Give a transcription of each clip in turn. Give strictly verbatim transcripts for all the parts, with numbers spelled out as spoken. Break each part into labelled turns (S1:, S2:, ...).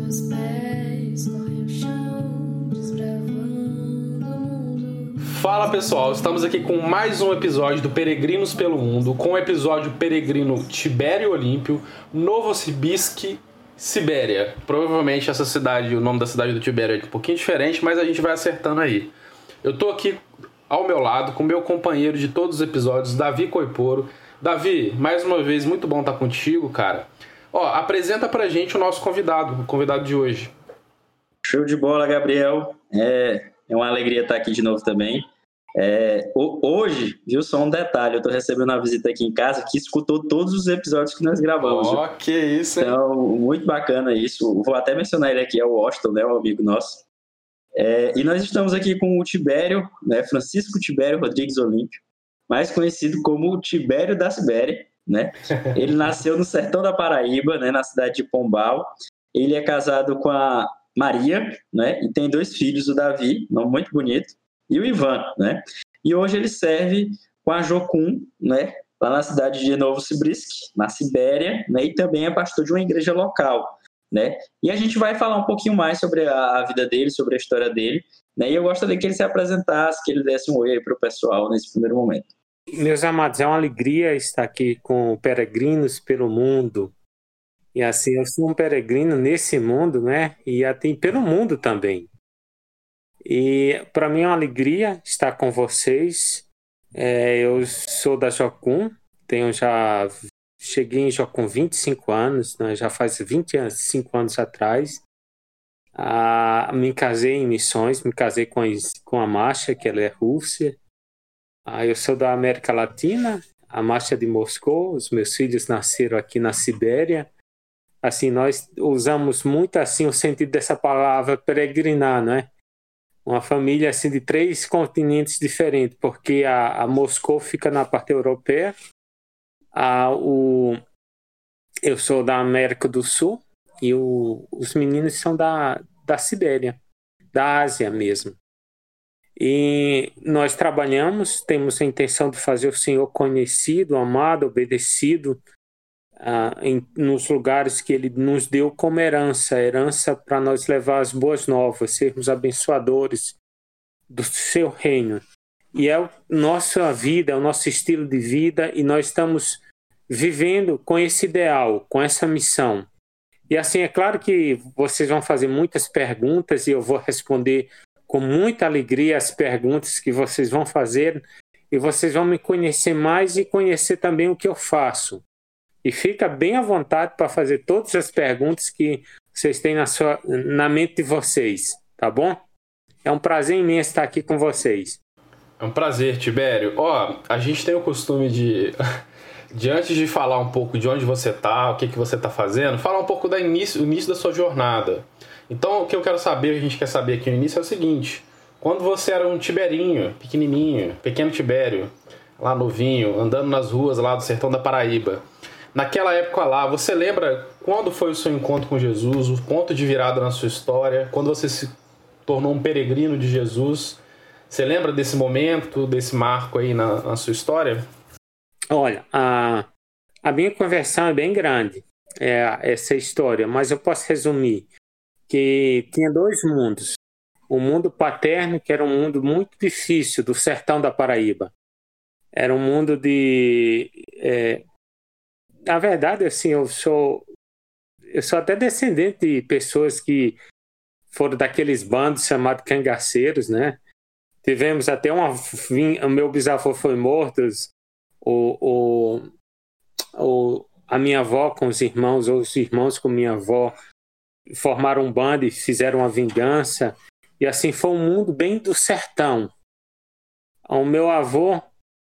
S1: meus pés correm o chão, desbravando o mundo.
S2: Fala pessoal, estamos aqui com mais um episódio do Peregrinos pelo Mundo, com o episódio Peregrino Tibério Olímpio, Novosibirsk, Sibéria. Provavelmente essa cidade, o nome da cidade do Tibério é um pouquinho diferente, mas a gente vai acertando aí. Eu tô aqui ao meu lado com meu companheiro de todos os episódios, Davi Coiporo. Davi, mais uma vez, muito bom estar contigo, cara. Ó, apresenta pra gente o nosso convidado, o convidado de hoje.
S3: Show de bola, Gabriel. É, é uma alegria estar aqui de novo também. É, hoje, viu, só um detalhe, eu tô recebendo uma visita aqui em casa que escutou todos os episódios que nós gravamos.
S2: Ó, que isso, hein?
S3: Então, muito bacana isso. Vou até mencionar ele aqui, é o Washington, né, um amigo nosso. É, e nós estamos aqui com o Tibério, né, Francisco Tibério Rodrigues Olímpio, mais conhecido como o Tibério da Sibéria, né? Ele nasceu no sertão da Paraíba, né, na cidade de Pombal. Ele é casado com a Maria, né, e tem dois filhos, o Davi, nome muito bonito, e o Ivan, né? E hoje ele serve com a Jocum, né, lá na cidade de Novosibirsk, na Sibéria, né, e também é pastor de uma igreja local, né? E a gente vai falar um pouquinho mais sobre a, a vida dele, sobre a história dele, né? E eu gostaria que ele se apresentasse, que ele desse um oi aí para o pessoal nesse primeiro momento.
S4: Meus amados, é uma alegria estar aqui com Peregrinos pelo Mundo. E assim, eu sou um peregrino nesse mundo, né? E até pelo mundo também. E para mim é uma alegria estar com vocês. É, eu sou da Jocum, tenho já cheguei em Jocum com vinte e cinco anos, né? Já faz vinte e cinco anos atrás. Ah, me casei em missões, me casei com a, com a Masha, que ela é Rússia. Ah, eu sou da América Latina, a Masha de Moscou, os meus filhos nasceram aqui na Sibéria. Assim, nós usamos muito assim o sentido dessa palavra peregrinar, né? Uma família assim de três continentes diferentes, porque a, a Moscou fica na parte europeia, a, o, eu sou da América do Sul e o, os meninos são da, da Sibéria, da Ásia mesmo. E nós trabalhamos, temos a intenção de fazer o Senhor conhecido, amado, obedecido, ah, em, nos lugares que Ele nos deu como herança, herança para nós levar as boas novas, sermos abençoadores do Seu reino. E é a nossa vida, é o nosso estilo de vida, e nós estamos vivendo com esse ideal, com essa missão. E assim, é claro que vocês vão fazer muitas perguntas e eu vou responder com muita alegria as perguntas que vocês vão fazer, e vocês vão me conhecer mais e conhecer também o que eu faço. E fica bem à vontade para fazer todas as perguntas que vocês têm na, sua, na mente de vocês, tá bom? É um prazer imenso estar aqui com vocês.
S2: É um prazer, Tibério. Ó, a gente tem o costume de, de antes de falar um pouco de onde você tá, o que, que você tá fazendo, falar um pouco do início, início da sua jornada. Então, o que eu quero saber, a gente quer saber aqui no início é o seguinte: quando você era um tiberinho, pequenininho, pequeno Tibério, lá novinho, andando nas ruas lá do sertão da Paraíba, naquela época lá, você lembra quando foi o seu encontro com Jesus, o ponto de virada na sua história, quando você se tornou um peregrino de Jesus? Você lembra desse momento, desse marco aí na, na sua história?
S4: Olha, a, a minha conversão é bem grande, é, essa história, mas eu posso resumir que tinha dois mundos. O mundo paterno, que era um mundo muito difícil, do sertão da Paraíba. Era um mundo de... É, na verdade, assim, eu sou, eu sou até descendente de pessoas que foram daqueles bandos chamados cangaceiros, né? Tivemos até uma... O meu bisavô foi morto, o, o, o, a minha avó com os irmãos, ou os irmãos com minha avó, formaram um bando e fizeram uma vingança. E assim, foi um mundo bem do sertão. O meu avô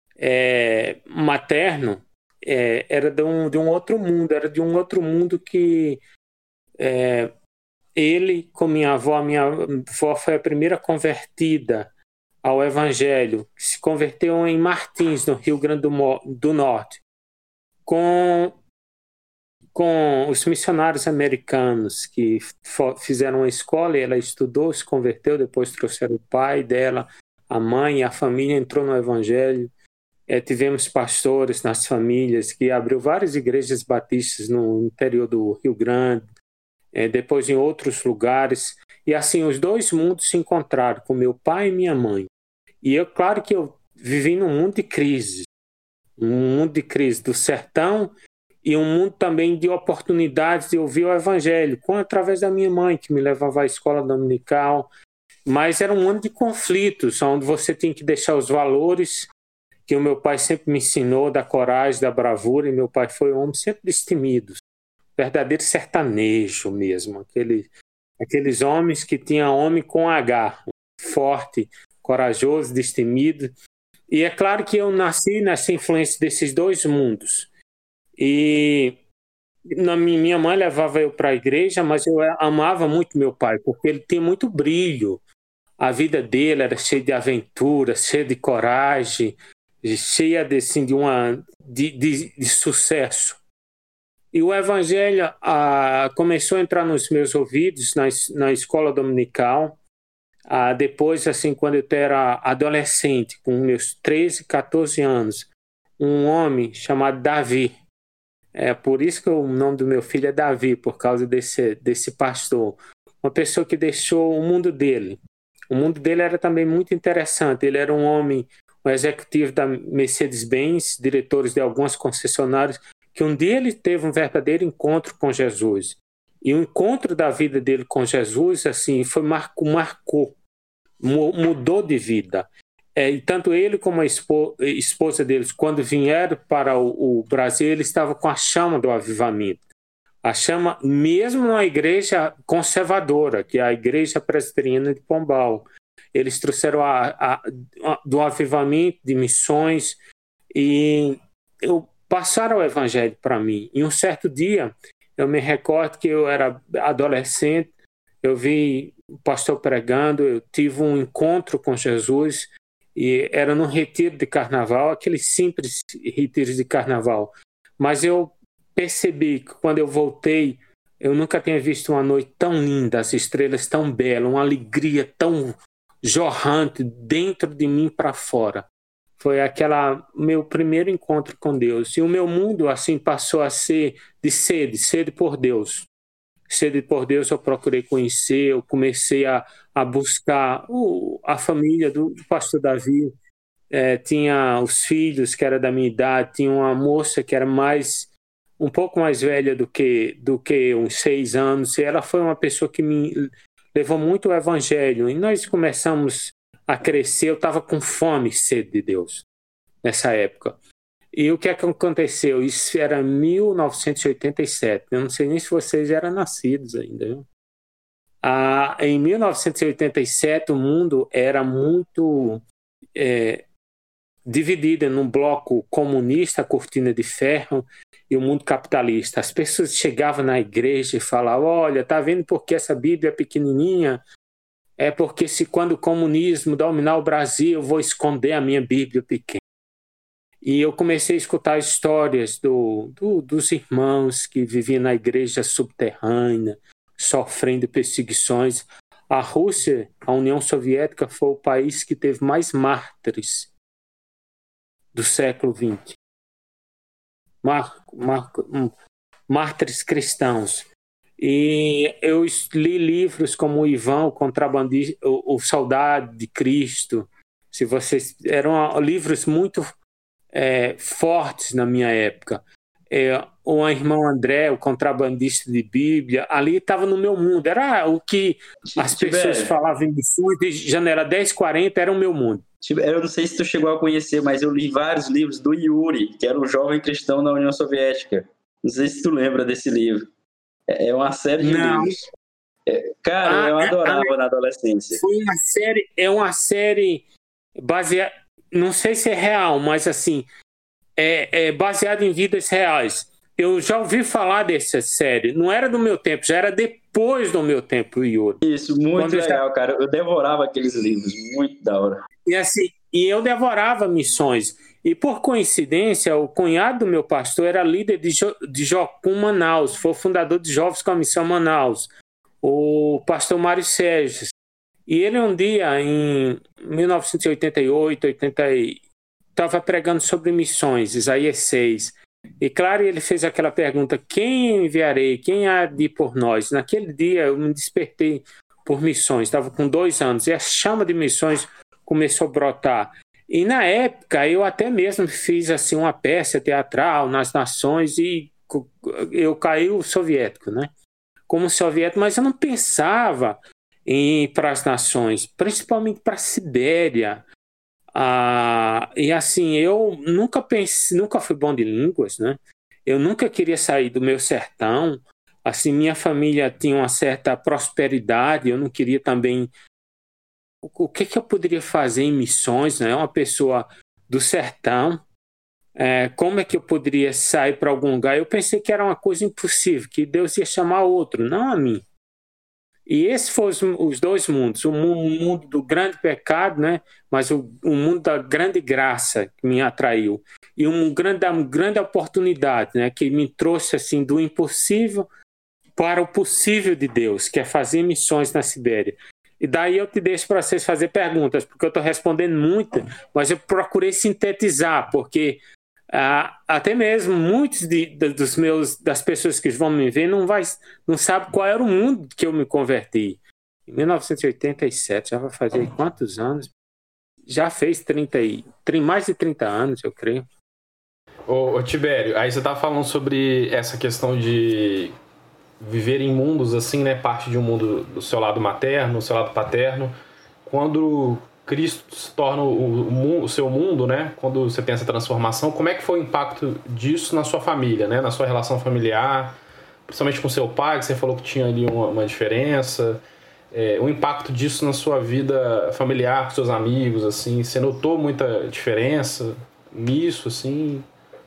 S4: é, materno é, era de um, de um outro mundo, era de um outro mundo que é, ele, com minha avó, a minha avó foi a primeira convertida ao Evangelho, que se converteu em Martins, no Rio Grande do, do Norte, com, com os missionários americanos que fizeram uma escola, e ela estudou, se converteu, depois trouxeram o pai dela, a mãe, a família entrou no Evangelho. É, tivemos pastores nas famílias, que abriu várias igrejas batistas no interior do Rio Grande. é, depois em outros lugares. E assim, os dois mundos se encontraram, com meu pai e minha mãe. E eu, claro que eu vivi num mundo de crise, um mundo de crise do sertão e um mundo também de oportunidades de ouvir o evangelho, com, através da minha mãe, que me levava à escola dominical. Mas era um mundo de conflitos, onde você tinha que deixar os valores que o meu pai sempre me ensinou, da coragem, da bravura, e meu pai foi um homem sempre destemido, verdadeiro sertanejo mesmo, aquele, aqueles homens que tinham homem com H, forte, corajoso, destemido. E é claro que eu nasci nessa influência desses dois mundos. E na minha mãe levava eu para a igreja, mas eu amava muito meu pai, porque ele tinha muito brilho. A vida dele era cheia de aventura, cheia de coragem, cheia de, assim, de, uma, de, de, de sucesso. E o evangelho ah, começou a entrar nos meus ouvidos na, na escola dominical. Ah, depois, assim, quando eu era adolescente, com meus treze, catorze anos, um homem chamado Davi, é por isso que o nome do meu filho é Davi, por causa desse, desse pastor, uma pessoa que deixou o mundo dele. O mundo dele era também muito interessante. Ele era um homem, um executivo da Mercedes-Benz, diretores de algumas concessionárias, que um dia ele teve um verdadeiro encontro com Jesus. E o encontro da vida dele com Jesus, assim, foi marcou, marcou mudou de vida. É, e tanto ele como a esposa deles, quando vieram para o, o Brasil, ele estava com a chama do avivamento. A chama, mesmo na igreja conservadora, que é a Igreja Presbiteriana de Pombal. Eles trouxeram a, a, a, do avivamento, de missões, e eu, passaram o evangelho para mim. E um certo dia, eu me recordo que eu era adolescente, eu vi o pastor pregando, eu tive um encontro com Jesus, e era num retiro de carnaval, aqueles simples retiros de carnaval. Mas eu percebi que quando eu voltei, eu nunca tinha visto uma noite tão linda, as estrelas tão belas, uma alegria tão jorrante dentro de mim para fora. Foi aquela meu primeiro encontro com Deus. E o meu mundo assim passou a ser de sede, sede por Deus. Sede por Deus eu procurei conhecer, eu comecei a, a buscar o, a família do, do pastor Davi. É, tinha os filhos que eram da minha idade, tinha uma moça que era mais um pouco mais velha do que, do que uns seis anos, e ela foi uma pessoa que me levou muito ao evangelho, e nós começamos a crescer. Eu estava com fome e sede de Deus nessa época. E o que é que aconteceu? Isso era mil novecentos e oitenta e sete, eu não sei nem se vocês eram nascidos ainda. Viu? Ah, em mil novecentos e oitenta e sete o mundo era muito é, dividido num bloco comunista, cortina de ferro, e o mundo capitalista. As pessoas chegavam na igreja e falavam: olha, tá vendo por que essa Bíblia é pequenininha? É porque se quando o comunismo dominar o Brasil, eu vou esconder a minha Bíblia pequena. E eu comecei a escutar histórias do, do, dos irmãos que viviam na igreja subterrânea, sofrendo perseguições. A Rússia, a União Soviética, foi o país que teve mais mártires do século vinte. Mar, mar, mártires cristãos. E eu li livros como o Ivan, o contrabandista, o, o Soldado de Cristo. Se vocês eram livros muito é, fortes na minha época. É, o irmão André, o contrabandista de Bíblia, ali estava no meu mundo. Era o que as pessoas falavam em missões de janela dez e quarenta, era o meu mundo.
S3: Eu não sei se tu chegou a conhecer, mas eu li vários livros do Yuri, que era um jovem cristão na União Soviética. Não sei se tu lembra desse livro. É uma série de
S4: não.
S3: livros. É, cara, ah, eu adorava ah, na adolescência.
S4: Foi uma série, é uma série baseada, não sei se é real, mas assim, é, é baseada em vidas reais. Eu já ouvi falar dessa série. Não era do meu tempo, já era depois do meu tempo, Yuri.
S3: Isso, muito Quando legal, eu já... cara. Eu devorava aqueles livros, muito da hora.
S4: E assim, e eu devorava missões. E por coincidência, o cunhado do meu pastor era líder de, jo, de Jocum Manaus, foi o fundador de Jovens com a Missão Manaus, o pastor Mário Sérgio. E ele um dia, em mil novecentos e oitenta e oito, oitenta, estava pregando sobre missões, Isaías seis. E claro, ele fez aquela pergunta: quem enviarei? Quem há de ir por nós? Naquele dia eu me despertei por missões, estava com dois anos, e a chama de missões começou a brotar. E na época eu até mesmo fiz assim uma peça teatral nas nações, e eu caí o soviético, né? Como soviético, mas eu não pensava em ir para as nações, principalmente para a Sibéria. Ah, e assim, eu nunca pensei, nunca fui bom de línguas, né? Eu nunca queria sair do meu sertão. Assim, minha família tinha uma certa prosperidade, eu não queria também. O, o que que eu poderia fazer em missões, né? Uma pessoa do sertão, é, como é que eu poderia sair para algum lugar? Eu pensei que era uma coisa impossível, que Deus ia chamar outro, não a mim. E esses foram os, os dois mundos, o mundo do grande pecado, né? Mas o, o mundo da grande graça que me atraiu, e um grande, uma grande oportunidade, né? Que me trouxe assim do impossível para o possível de Deus, que é fazer missões na Sibéria. E daí eu te deixo para vocês fazer perguntas, porque eu estou respondendo muito, mas eu procurei sintetizar, porque ah, até mesmo muitos de, de, dos meus, das pessoas que vão me ver não, vai, não sabem qual era o mundo que eu me converti. Em mil novecentos e oitenta e sete, já vai fazer quantos anos? Já fez trinta, mais de trinta anos, eu creio.
S2: Ô, ô Tibério, aí você tá falando sobre essa questão de viver em mundos assim, né? Parte de um mundo do seu lado materno, do seu lado paterno. Quando Cristo se torna o, o, o seu mundo, né? Quando você tem essa transformação, como é que foi o impacto disso na sua família, né? Na sua relação familiar, principalmente com seu pai, que você falou que tinha ali uma, uma diferença. É, o impacto disso na sua vida familiar, com seus amigos, assim, você notou muita diferença nisso, assim?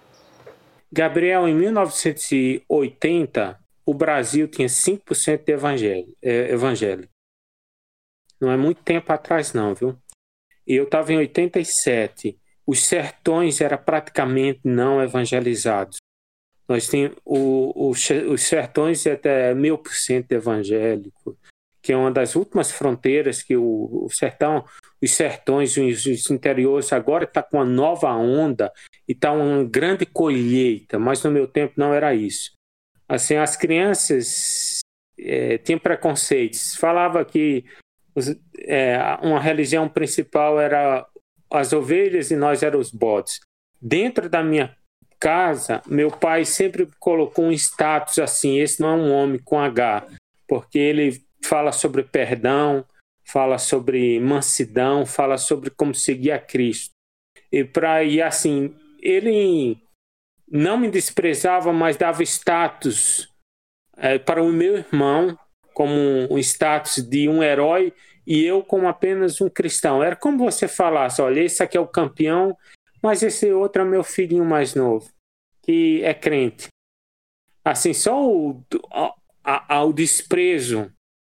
S4: Gabriel, em mil novecentos e oitenta, o Brasil tinha cinco por cento de evangélico. É, evangélico. Não é muito tempo atrás, não, viu? E eu estava em oitenta e sete. Os sertões eram praticamente não evangelizados. Nós tínhamos o, o, os sertões é até mil por cento evangélico, que é uma das últimas fronteiras que o, o sertão, os sertões, os, os interiores agora está com uma nova onda e está uma grande colheita, mas no meu tempo não era isso. Assim, as crianças é, tinham preconceitos. Falava que os, é, uma religião principal era as ovelhas e nós éramos os bodes. Dentro da minha casa, meu pai sempre colocou um status assim: esse não é um homem com H, porque ele fala sobre perdão, fala sobre mansidão, fala sobre como seguir a Cristo. E, pra, e assim, ele não me desprezava, mas dava status é, para o meu irmão, como um, um status de um herói, e eu como apenas um cristão. Era como você falasse: olha, esse aqui é o campeão, mas esse outro é meu filhinho mais novo, que é crente. Assim, só o, a, a, o desprezo,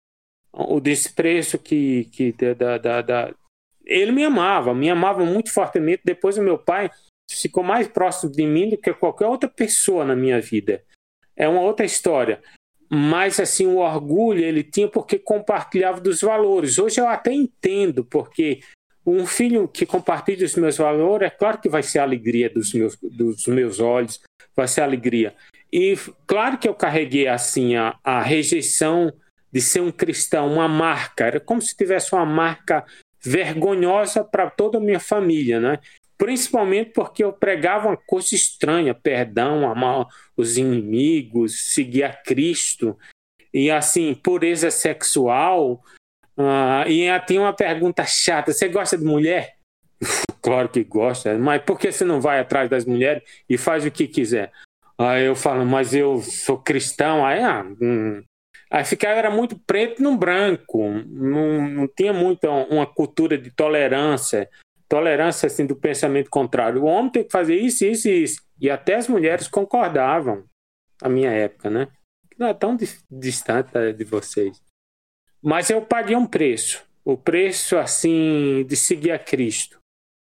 S4: o desprezo que, que da, da, da... ele me amava, me amava muito fortemente. Depois o meu pai ficou mais próximo de mim do que qualquer outra pessoa na minha vida. É uma outra história. Mas, assim, o orgulho ele tinha porque compartilhava dos valores. Hoje eu até entendo, porque um filho que compartilha os meus valores, é claro que vai ser a alegria dos meus, dos meus olhos, vai ser a alegria. E claro que eu carreguei, assim, a, a rejeição de ser um cristão, uma marca. Era como se tivesse uma marca vergonhosa para toda a minha família, né? Principalmente porque eu pregava uma coisa estranha: perdão, amar os inimigos, seguir a Cristo, e assim, pureza sexual. Uh, e tinha uma pergunta chata: você gosta de mulher? Claro que gosta, mas por que você não vai atrás das mulheres e faz o que quiser? Aí eu falo: mas eu sou cristão. Aí, ah, hum. Aí ficava, era muito preto no branco, não, não tinha muita uma cultura de tolerância. Tolerância assim, do pensamento contrário. O homem tem que fazer isso, isso e isso. E até as mulheres concordavam, na minha época, né? Não é tão distante de vocês. Mas eu paguei um preço. O preço, assim, de seguir a Cristo.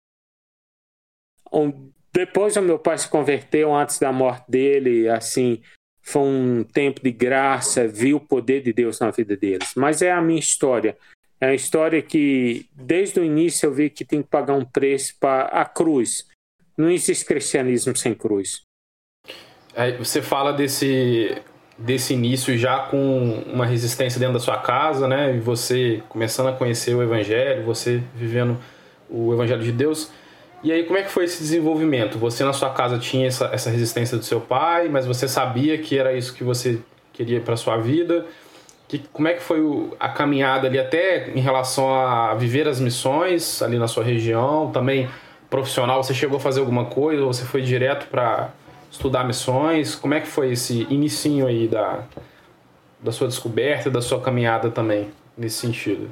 S4: Depois o meu pai se converteu antes da morte dele, assim, foi um tempo de graça, vi o poder de Deus na vida deles. Mas é a minha história. É uma história que, desde o início, eu vi que tem que pagar um preço para a cruz. Não existe cristianismo sem cruz.
S2: Aí você fala desse, desse início já com uma resistência dentro da sua casa, né? E você começando a conhecer o Evangelho, você vivendo o Evangelho de Deus. E aí, como é que foi esse desenvolvimento? Você na sua casa tinha essa, essa resistência do seu pai, mas você sabia que era isso que você queria para sua vida? Que, como é que foi o, a caminhada ali, até em relação a viver as missões ali na sua região? Também profissional, você chegou a fazer alguma coisa ou você foi direto para estudar missões? Como é que foi esse inicinho aí da, da sua descoberta, da sua caminhada também, nesse sentido?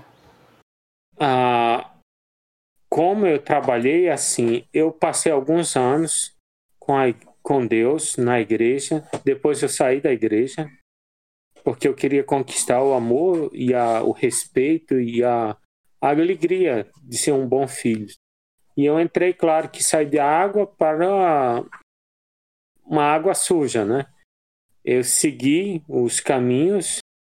S4: Ah... Como eu trabalhei assim, eu passei alguns anos com, a, com Deus na igreja, depois eu saí da igreja, porque eu queria conquistar o amor e a, o respeito e a, a alegria de ser um bom filho. E eu entrei, claro, que saí da água para uma água suja, né? Eu segui os caminhos,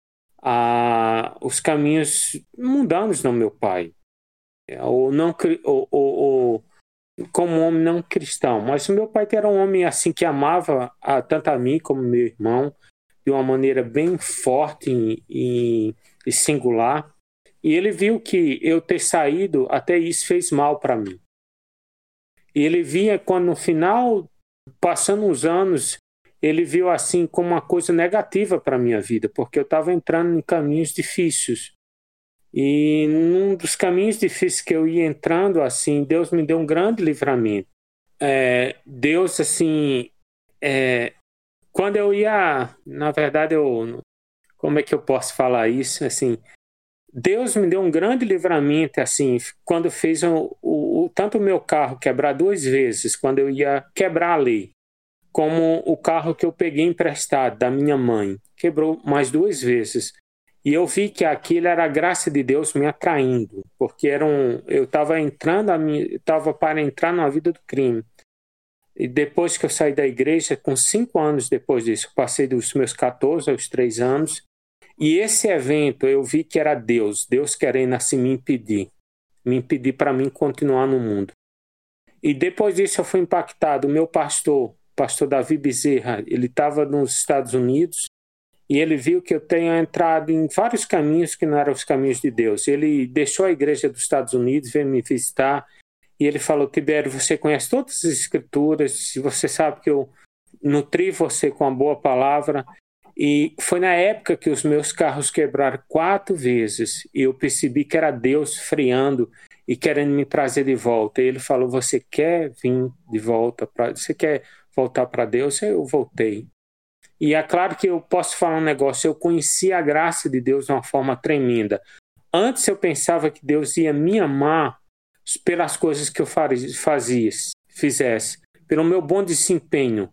S4: a, os caminhos mundanos do meu pai. Ou não, ou, ou, ou, como um homem não cristão, mas o meu pai era um homem assim que amava a, tanto a mim como meu irmão de uma maneira bem forte e, e, e singular, e ele viu que eu ter saído, até isso fez mal para mim. E ele via quando no final, passando uns anos, ele viu assim como uma coisa negativa para minha vida, porque eu estava entrando em caminhos difíceis. E num dos caminhos difíceis que eu ia entrando, assim, Deus me deu um grande livramento. É, Deus, assim, é, quando eu ia, na verdade, eu, como é que eu posso falar isso? Assim, Deus me deu um grande livramento, assim, quando fez o, o, tanto o meu carro quebrar duas vezes, quando eu ia quebrar a lei, como o carro que eu peguei emprestado da minha mãe, quebrou mais duas vezes. E eu vi que aquilo era a graça de Deus me atraindo, porque era um, eu estava entrando, estava para entrar na vida do crime. E depois que eu saí da igreja, com cinco anos depois disso, eu passei dos meus catorze aos três anos, e esse evento eu vi que era Deus, Deus querendo assim me impedir, me impedir para mim continuar no mundo. E depois disso eu fui impactado, o meu pastor, pastor Davi Bezerra, ele estava nos Estados Unidos, e ele viu que eu tenho entrado em vários caminhos que não eram os caminhos de Deus. Ele deixou a igreja dos Estados Unidos, veio me visitar, e ele falou: Tibério, você conhece todas as escrituras, você sabe que eu nutri você com a boa palavra. E foi na época que os meus carros quebraram quatro vezes, e eu percebi que era Deus freando e querendo me trazer de volta. E ele falou: você quer vir de volta? Pra... Você quer voltar para Deus? Eu voltei. E é claro que eu posso falar um negócio, eu conheci a graça de Deus de uma forma tremenda. Antes eu pensava que Deus ia me amar pelas coisas que eu fazia, fizesse, pelo meu bom desempenho.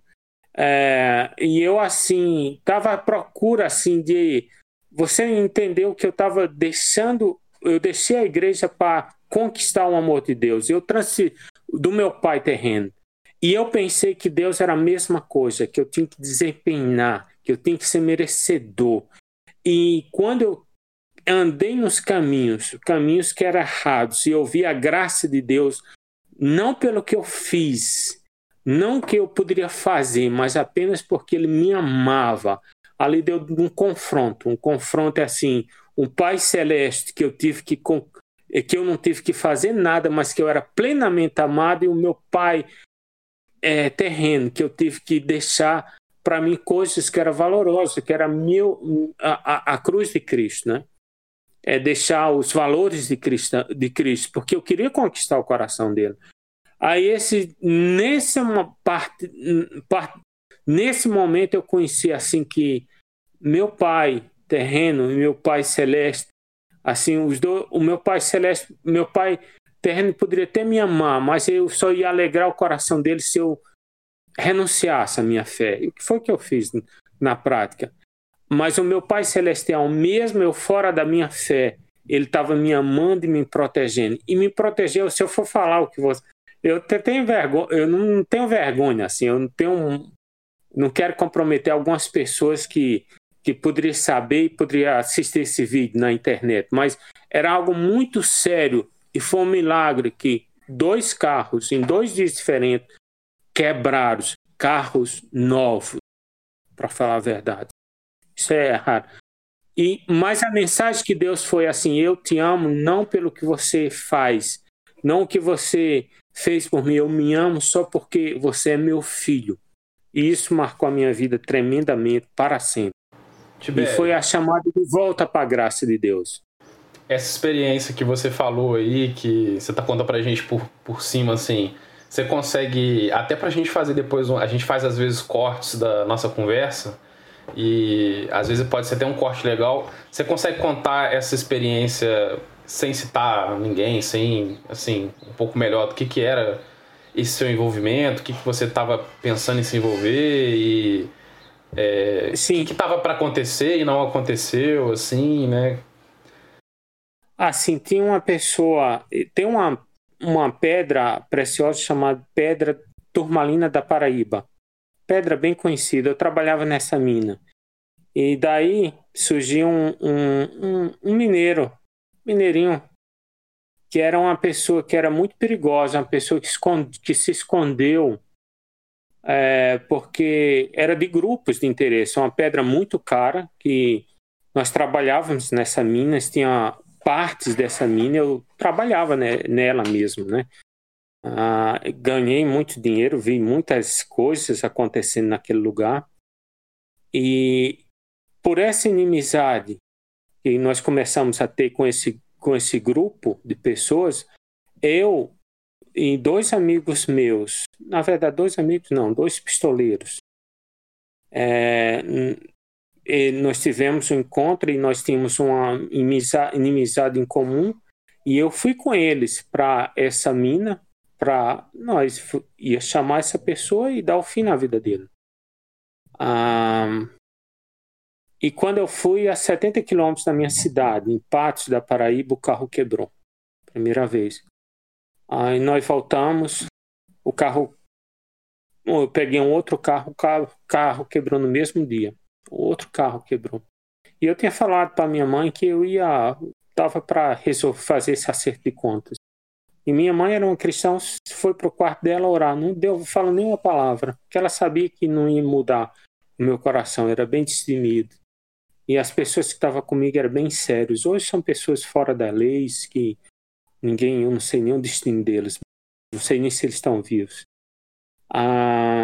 S4: É, e eu, assim, estava à procura, assim, de... Você entendeu que eu estava deixando... Eu deixei a igreja para conquistar o amor de Deus. Eu transferi do meu pai terreno. E eu pensei que Deus era a mesma coisa, que eu tinha que desempenhar, que eu tinha que ser merecedor. E quando eu andei nos caminhos, caminhos que eram errados, e eu vi a graça de Deus, não pelo que eu fiz, não o que eu poderia fazer, mas apenas porque Ele me amava. Ali deu um confronto, um confronto é assim, um Pai Celeste que eu tive que, que eu não tive que fazer nada, mas que eu era plenamente amado, e o meu Pai É, terreno, que eu tive que deixar para mim coisas que eram valorosas, que era meu, a, a, a cruz de Cristo, né? É deixar os valores de Cristo, de Cristo, porque eu queria conquistar o coração dele. Aí esse, nessa parte, parte, nesse momento eu conheci assim que meu pai terreno e meu pai celeste, assim os dois, o meu pai celeste, meu pai terreno poderia até me amar, mas eu só ia alegrar o coração dele se eu renunciasse à minha fé. E o que foi que eu fiz na prática? Mas o meu Pai Celestial, mesmo eu fora da minha fé, ele estava me amando e me protegendo. E me protegeu, se eu for falar o que você... Eu tenho vergonha, eu não tenho vergonha, assim, eu não tenho... Não quero comprometer algumas pessoas que, que poderiam saber e poderiam assistir esse vídeo na internet, mas era algo muito sério. E foi um milagre que dois carros, em dois dias diferentes, quebraram. carros novos, para falar a verdade. Isso é errado. E, mas a mensagem que Deus foi assim: eu te amo não pelo que você faz, não o que você fez por mim, eu me amo só porque você é meu filho. E isso marcou a minha vida tremendamente, para sempre.
S2: Tibério,
S4: E foi a chamada de volta para a graça de Deus.
S2: Essa experiência que você falou aí, que você tá contando pra gente por, por cima, assim, você consegue, até pra gente fazer depois, a gente faz às vezes cortes da nossa conversa, e às vezes pode ser até um corte legal, você consegue contar essa experiência sem citar ninguém, sem, assim, um pouco melhor do que que era esse seu envolvimento, o que que você estava pensando em se envolver, e é, o que que estava para acontecer e não aconteceu, assim, né?
S4: Assim, tinha uma pessoa, tem uma, uma pedra preciosa chamada Pedra Turmalina da Paraíba. Pedra bem conhecida, eu trabalhava nessa mina. E daí surgiu um, um, um, um mineiro, mineirinho, que era uma pessoa que era muito perigosa, uma pessoa que, esconde, que se escondeu é, porque era de grupos de interesse. Uma pedra muito cara, que nós trabalhávamos nessa mina, tinha partes dessa mina, eu trabalhava né, nela mesmo, né? Ah, ganhei muito dinheiro, vi muitas coisas acontecendo naquele lugar, e por essa inimizade que nós começamos a ter com esse, com esse grupo de pessoas, eu e dois amigos meus, na verdade dois amigos não, dois pistoleiros, é, e nós tivemos um encontro e nós tínhamos uma inimizade em comum, e eu fui com eles para essa mina, para nós ia chamar essa pessoa e dar o fim na vida dele. Ah, e quando eu fui a setenta quilômetros da minha cidade, em Patos da Paraíba, o carro quebrou, primeira vez. Aí nós voltamos, o carro, eu peguei um outro carro, o carro, carro quebrou no mesmo dia. O outro carro quebrou. E eu tinha falado para minha mãe que eu ia, estava para fazer esse acerto de contas. E minha mãe era uma cristã, foi para o quarto dela orar, não deu, falou nenhuma palavra, porque ela sabia que não ia mudar o meu coração, era bem destemido. E as pessoas que estavam comigo eram bem sérios. Hoje são pessoas fora da lei, que ninguém, eu não sei nem o destino deles, não sei nem se eles estão vivos. Ah,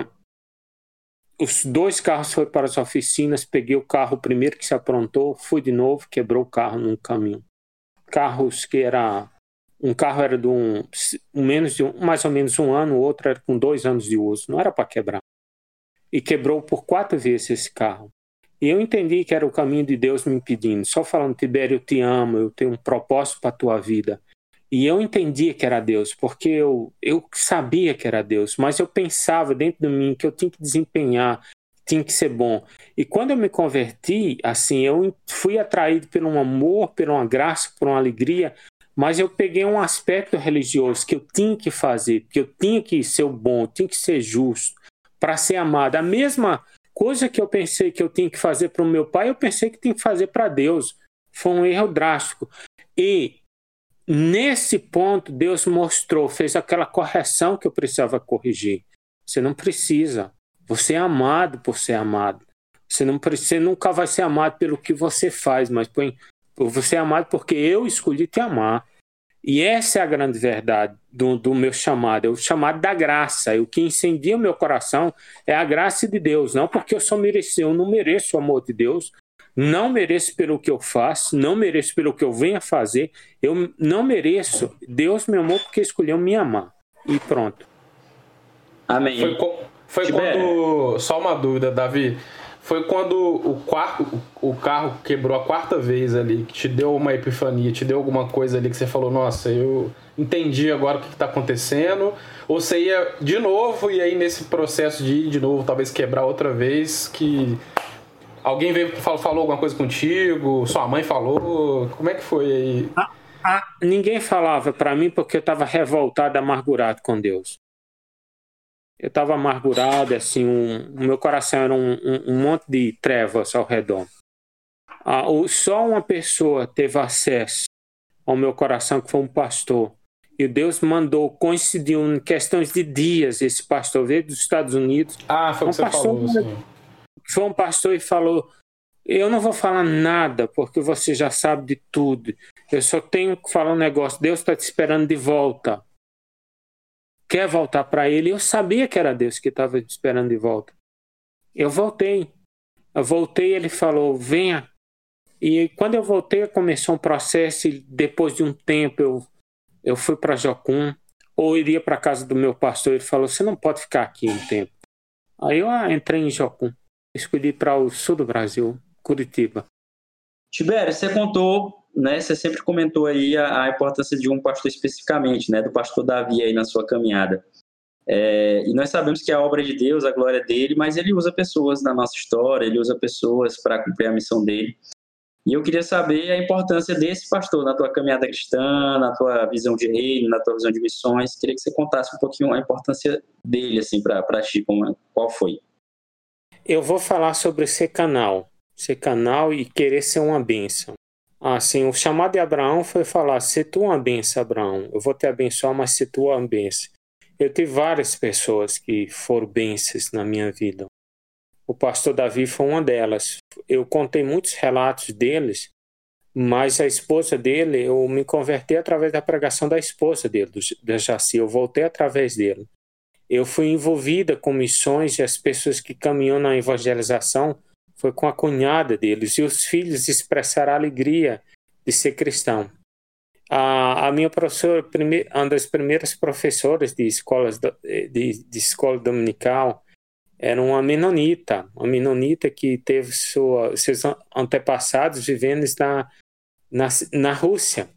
S4: os dois carros foram para as oficinas, peguei o carro primeiro que se aprontou, fui de novo, quebrou o carro num caminho. Carros que era... Um carro era de um, menos de um, mais ou menos um ano, o outro era com dois anos de uso, não era para quebrar. E quebrou por quatro vezes esse carro. E eu entendi que era o caminho de Deus me impedindo, só falando: Tibério, eu te amo, eu tenho um propósito para a tua vida. E eu entendia que era Deus, porque eu, eu sabia que era Deus, mas eu pensava dentro de mim que eu tinha que desempenhar, tinha que ser bom. E quando eu me converti, assim, eu fui atraído por um amor, por uma graça, por uma alegria, mas eu peguei um aspecto religioso que eu tinha que fazer, que eu tinha que ser o bom, eu tinha que ser justo, para ser amado. A mesma coisa que eu pensei que eu tinha que fazer para o meu pai, eu pensei que tinha que fazer para Deus. Foi um erro drástico. E nesse ponto, Deus mostrou, fez aquela correção que eu precisava corrigir. Você não precisa. Você é amado por ser amado. Você, não, você nunca vai ser amado pelo que você faz, mas por, você é amado porque eu escolhi te amar. E essa é a grande verdade do, do meu chamado. É o chamado da graça. E o que incendia o meu coração é a graça de Deus. Não porque eu só mereci, eu não mereço o amor de Deus. Não mereço pelo que eu faço, não mereço pelo que eu venho a fazer, eu não mereço. Deus me amou porque escolheu me amar. E pronto.
S3: Amém.
S2: Foi, foi quando... Só uma dúvida, Davi. Foi quando o, quarto, o carro quebrou a quarta vez ali, que te deu uma epifania, te deu alguma coisa ali que você falou: nossa, eu entendi agora o que está acontecendo? Ou você ia de novo, e aí nesse processo de ir de novo, talvez quebrar outra vez, que... Alguém veio falou, falou alguma coisa contigo? Sua mãe falou? Como é que foi aí?
S4: Ah, ah, ninguém falava para mim porque eu estava revoltado, amargurado com Deus. Eu estava amargurado, assim, um, o meu coração era um, um, um monte de trevas ao redor. Ah, o, só uma pessoa teve acesso ao meu coração, que foi um pastor. E Deus mandou, coincidiu em questões de dias, esse pastor veio dos Estados Unidos.
S2: Ah, foi o
S4: um
S2: que você
S4: pastor,
S2: falou. Assim.
S4: Foi um pastor e falou, eu não vou falar nada, porque você já sabe de tudo. Eu só tenho que falar um negócio, Deus está te esperando de volta. Quer voltar para ele? Eu sabia que era Deus que estava te esperando de volta. Eu voltei. Eu voltei, ele falou, venha. E quando eu voltei, começou um processo e depois de um tempo eu, eu fui para Jocum, ou iria para a casa do meu pastor, ele falou, você não pode ficar aqui um tempo. Aí eu ah, entrei em Jocum, escolhi para o sul do Brasil, Curitiba.
S3: Tibério, você contou, né, você sempre comentou aí a, a importância de um pastor especificamente, né, do pastor Davi aí na sua caminhada. É, e nós sabemos que a obra de Deus, a glória dele, mas ele usa pessoas na nossa história, ele usa pessoas para cumprir a missão dele. E eu queria saber a importância desse pastor na tua caminhada cristã, na tua visão de reino, na tua visão de missões. Queria que você contasse um pouquinho a importância dele, assim, para ti, como, qual foi.
S4: Eu vou falar sobre ser canal, ser canal e querer ser uma bênção. Assim, o chamado de Abraão foi falar, se tu uma bênção, Abraão, eu vou te abençoar, mas se tu uma bênção. Eu tive várias pessoas que foram bênçãos na minha vida. O pastor Davi foi uma delas. Eu contei muitos relatos deles, mas a esposa dele, eu me converti através da pregação da esposa dele, da Jaci. Eu voltei através dele. Eu fui envolvida com missões e as pessoas que caminham na evangelização foi com a cunhada deles. E os filhos expressaram a alegria de ser cristão. A, a minha professora, uma das primeiras professoras de, escolas, de, de escola dominical, era uma menonita, uma menonita que teve sua, seus antepassados vivendo na, na, na Rússia.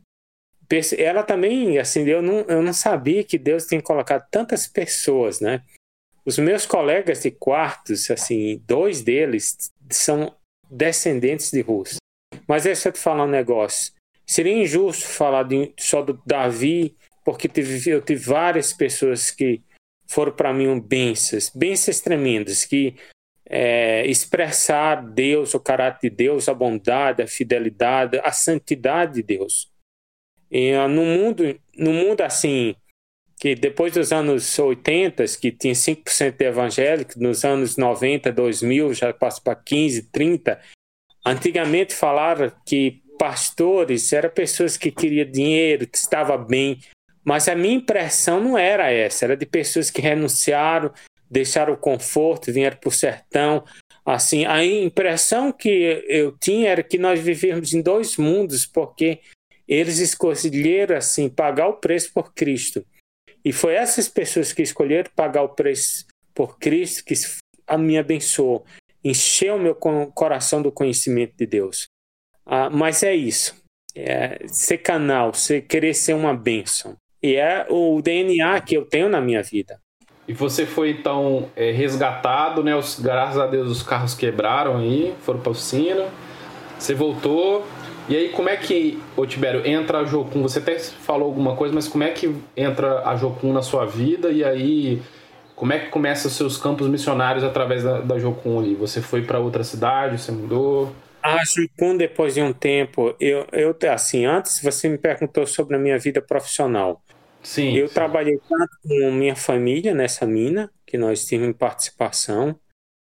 S4: Ela também, assim, eu não, eu não sabia que Deus tinha colocado tantas pessoas, né? Os meus colegas de quartos, assim, dois deles são descendentes de russos. Mas deixa eu te falar um negócio. Seria injusto falar de, só do Davi, porque tive, eu tive várias pessoas que foram para mim bênçãos, bênçãos tremendas, que é, expressar Deus, o caráter de Deus, a bondade, a fidelidade, a santidade de Deus. E no mundo, no mundo assim, que depois dos anos oitenta, que tinha cinco por cento de evangélicos, nos anos noventa, dois mil, já passa para quinze, trinta, antigamente falaram que pastores eram pessoas que queriam dinheiro, que estavam bem, mas a minha impressão não era essa, era de pessoas que renunciaram, deixaram o conforto, vieram para o sertão. Assim, a impressão que eu tinha era que nós vivíamos em dois mundos, porque eles escolheram assim, pagar o preço por Cristo. E foi essas pessoas que escolheram pagar o preço por Cristo que a me abençoou, encheu o meu coração do conhecimento de Deus. Ah, mas é isso, é ser canal, ser, querer ser uma bênção. E é o D N A que eu tenho na minha vida.
S2: E você foi, então, é, resgatado, né? Os, graças a Deus os carros quebraram aí, foram para a oficina. Você voltou. E aí, como é que, ô Tibério, entra a Jocum? Você até falou alguma coisa, mas como é que entra a Jocum na sua vida? E aí, como é que começa os seus campos missionários através da, da Jocum ali? Você foi para outra cidade, você mudou?
S4: A Jocum, depois de um tempo, eu, eu, assim, antes você me perguntou sobre a minha vida profissional.
S2: Sim.
S4: Eu
S2: sim.
S4: trabalhei tanto com minha família nessa mina, que nós tínhamos participação.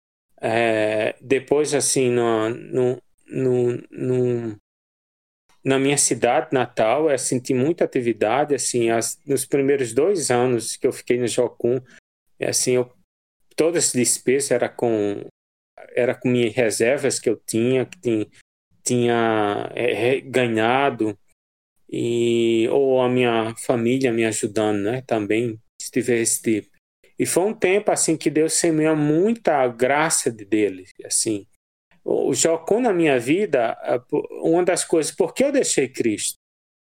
S4: É, depois, assim, no, no, no, no, na minha cidade natal, eu senti muita atividade. Assim, as, nos primeiros dois anos que eu fiquei no Jocum, assim, eu, todas as despesas eram com, era com minhas reservas que eu tinha, que tinha, tinha é, ganhado. E, ou a minha família me ajudando, né, também, se tiver esse tipo. E foi um tempo, assim, que Deus semeou muita graça de dele, assim. O Jocum na minha vida, uma das coisas, por que eu deixei Cristo?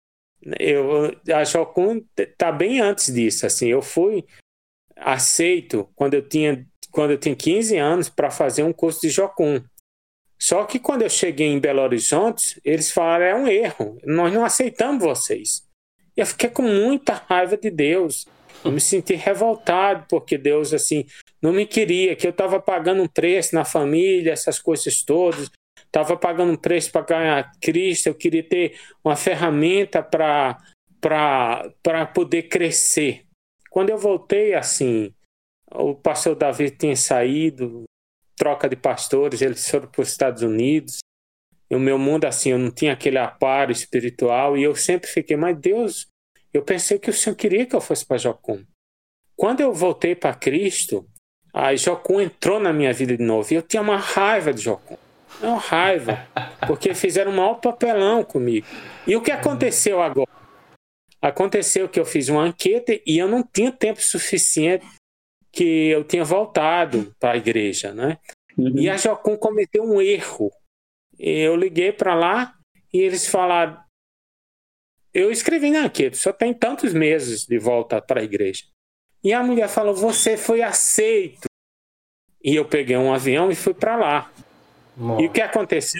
S4: Eu, a Jocum está bem antes disso, assim, eu fui aceito quando eu tinha, quando eu tinha quinze anos para fazer um curso de Jocum. Só que quando eu cheguei em Belo Horizonte, eles falaram, é um erro, nós não aceitamos vocês. E eu fiquei com muita raiva de Deus. Eu me senti revoltado, porque Deus, assim, não me queria, que eu estava pagando um preço na família, essas coisas todas, estava pagando um preço para ganhar Cristo, eu queria ter uma ferramenta para para poder crescer. Quando eu voltei, assim, o pastor Davi tinha saído, troca de pastores, eles foram para os Estados Unidos, e o meu mundo, assim, eu não tinha aquele aparo espiritual, e eu sempre fiquei, mas Deus, eu pensei que o Senhor queria que eu fosse para Jocum. Quando eu voltei para Cristo, a Jocum entrou na minha vida de novo, e eu tinha uma raiva de Jocum, uma raiva, porque fizeram um maior papelão comigo. E o que aconteceu agora? Aconteceu que eu fiz uma anqueta e eu não tinha tempo suficiente que eu tinha voltado para a igreja, né? Uhum. E a Jocum cometeu um erro. Eu liguei para lá e eles falaram, eu escrevi na anqueta, só tem tantos meses de volta para a igreja. E a mulher falou, você foi aceito. E eu peguei um avião e fui para lá. Nossa. E o que aconteceu?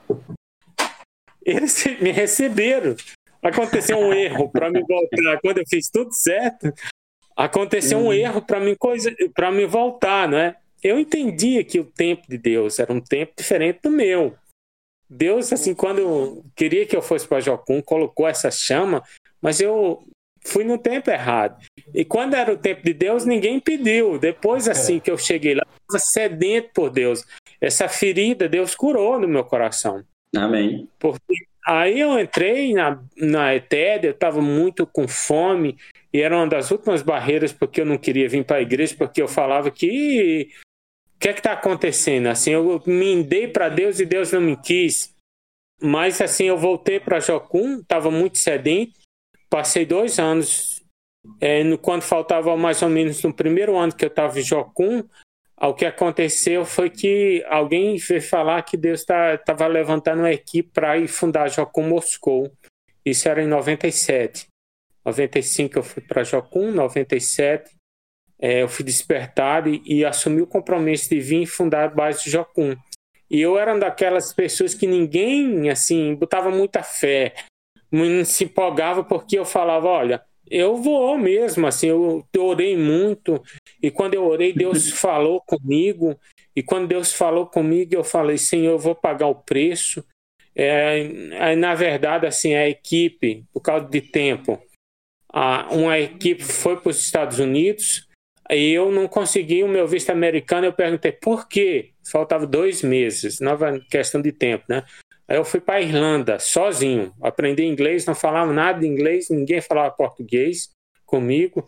S4: Eles me receberam. Aconteceu um erro para me voltar. Quando eu fiz tudo certo, aconteceu uhum. um erro para mim, coisa, para me voltar, né? Eu entendia que o tempo de Deus era um tempo diferente do meu. Deus, assim, quando queria que eu fosse para Jocum, colocou essa chama, mas eu fui no tempo errado. E quando era o tempo de Deus, ninguém pediu. Depois, assim, que eu cheguei lá, eu estava sedento por Deus. Essa ferida, Deus curou no meu coração.
S3: Amém.
S4: Porque aí eu entrei na, na E T E D, eu estava muito com fome, e era uma das últimas barreiras porque eu não queria vir para a igreja, porque eu falava que o que é que está acontecendo? Assim, eu me dei para Deus e Deus não me quis. Mas assim, eu voltei para Jocum, estava muito sedento, passei dois anos, é, no, quando faltava mais ou menos no primeiro ano que eu estava em Jocum, o que aconteceu foi que alguém veio falar que Deus estava tá, levantando uma equipe para ir fundar a Jocum Moscou. Isso era em noventa e sete. Em noventa e cinco eu fui para Jocum, em noventa e sete é, eu fui despertado e, e assumi o compromisso de vir fundar a base de Jocum. E eu era uma daquelas pessoas que ninguém, assim, botava muita fé, não se empolgava porque eu falava, olha, eu vou mesmo, assim, eu orei muito, e quando eu orei, Deus falou comigo, e quando Deus falou comigo, eu falei, Senhor, eu vou pagar o preço. É, na verdade, assim, a equipe, por causa de tempo, a, uma equipe foi para os Estados Unidos, e eu não consegui o meu visto americano, eu perguntei, por quê? Faltava dois meses, nova questão de tempo, né? Aí eu fui para a Irlanda, sozinho, aprendi inglês, não falava nada de inglês, ninguém falava português comigo.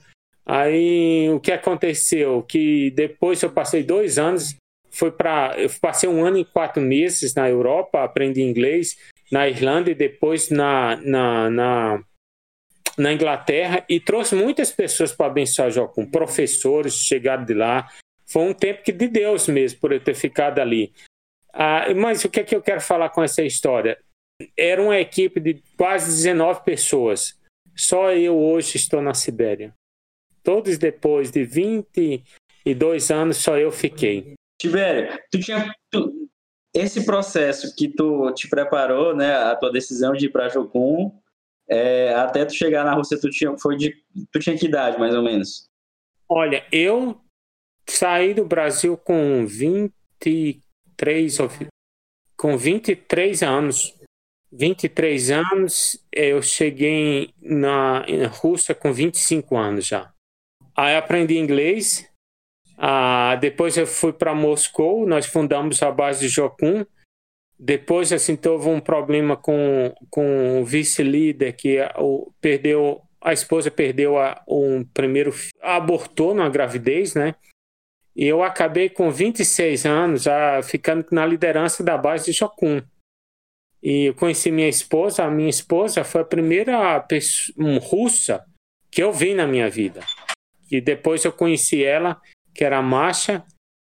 S4: Aí o que aconteceu? Que depois eu passei dois anos, fui para, eu passei um ano e quatro meses na Europa, aprendi inglês, na Irlanda e depois na, na, na, na Inglaterra, e trouxe muitas pessoas para abençoar Jocum, professores chegaram de lá. Foi um tempo que de Deus mesmo, por eu ter ficado ali. Ah, mas o que é que eu quero falar com essa história? Era uma equipe de quase dezenove pessoas. Só eu hoje estou na Sibéria. Todos depois de vinte e dois anos, só eu fiquei.
S3: Tibério, tu tinha, tu, esse processo que tu te preparou, né, a tua decisão de ir para Jocum, é, até tu chegar na Rússia, tu tinha, foi de, tu tinha que idade, mais ou menos?
S4: Olha, eu saí do Brasil com vinte e três, com vinte e três anos. vinte e três anos, eu cheguei na, na Rússia com vinte e cinco anos já. Aí aprendi inglês, ah, depois eu fui para Moscou, nós fundamos a base de Jocum. Depois, assim, houve um problema com, com o vice-líder, que o, perdeu, a esposa perdeu a, um primeiro, abortou numa gravidez, né? E eu acabei com vinte e seis anos, já ficando na liderança da base de Jocum. E eu conheci minha esposa, a minha esposa foi a primeira pessoa, um, russa que eu vi na minha vida. E depois eu conheci ela, que era a Masha.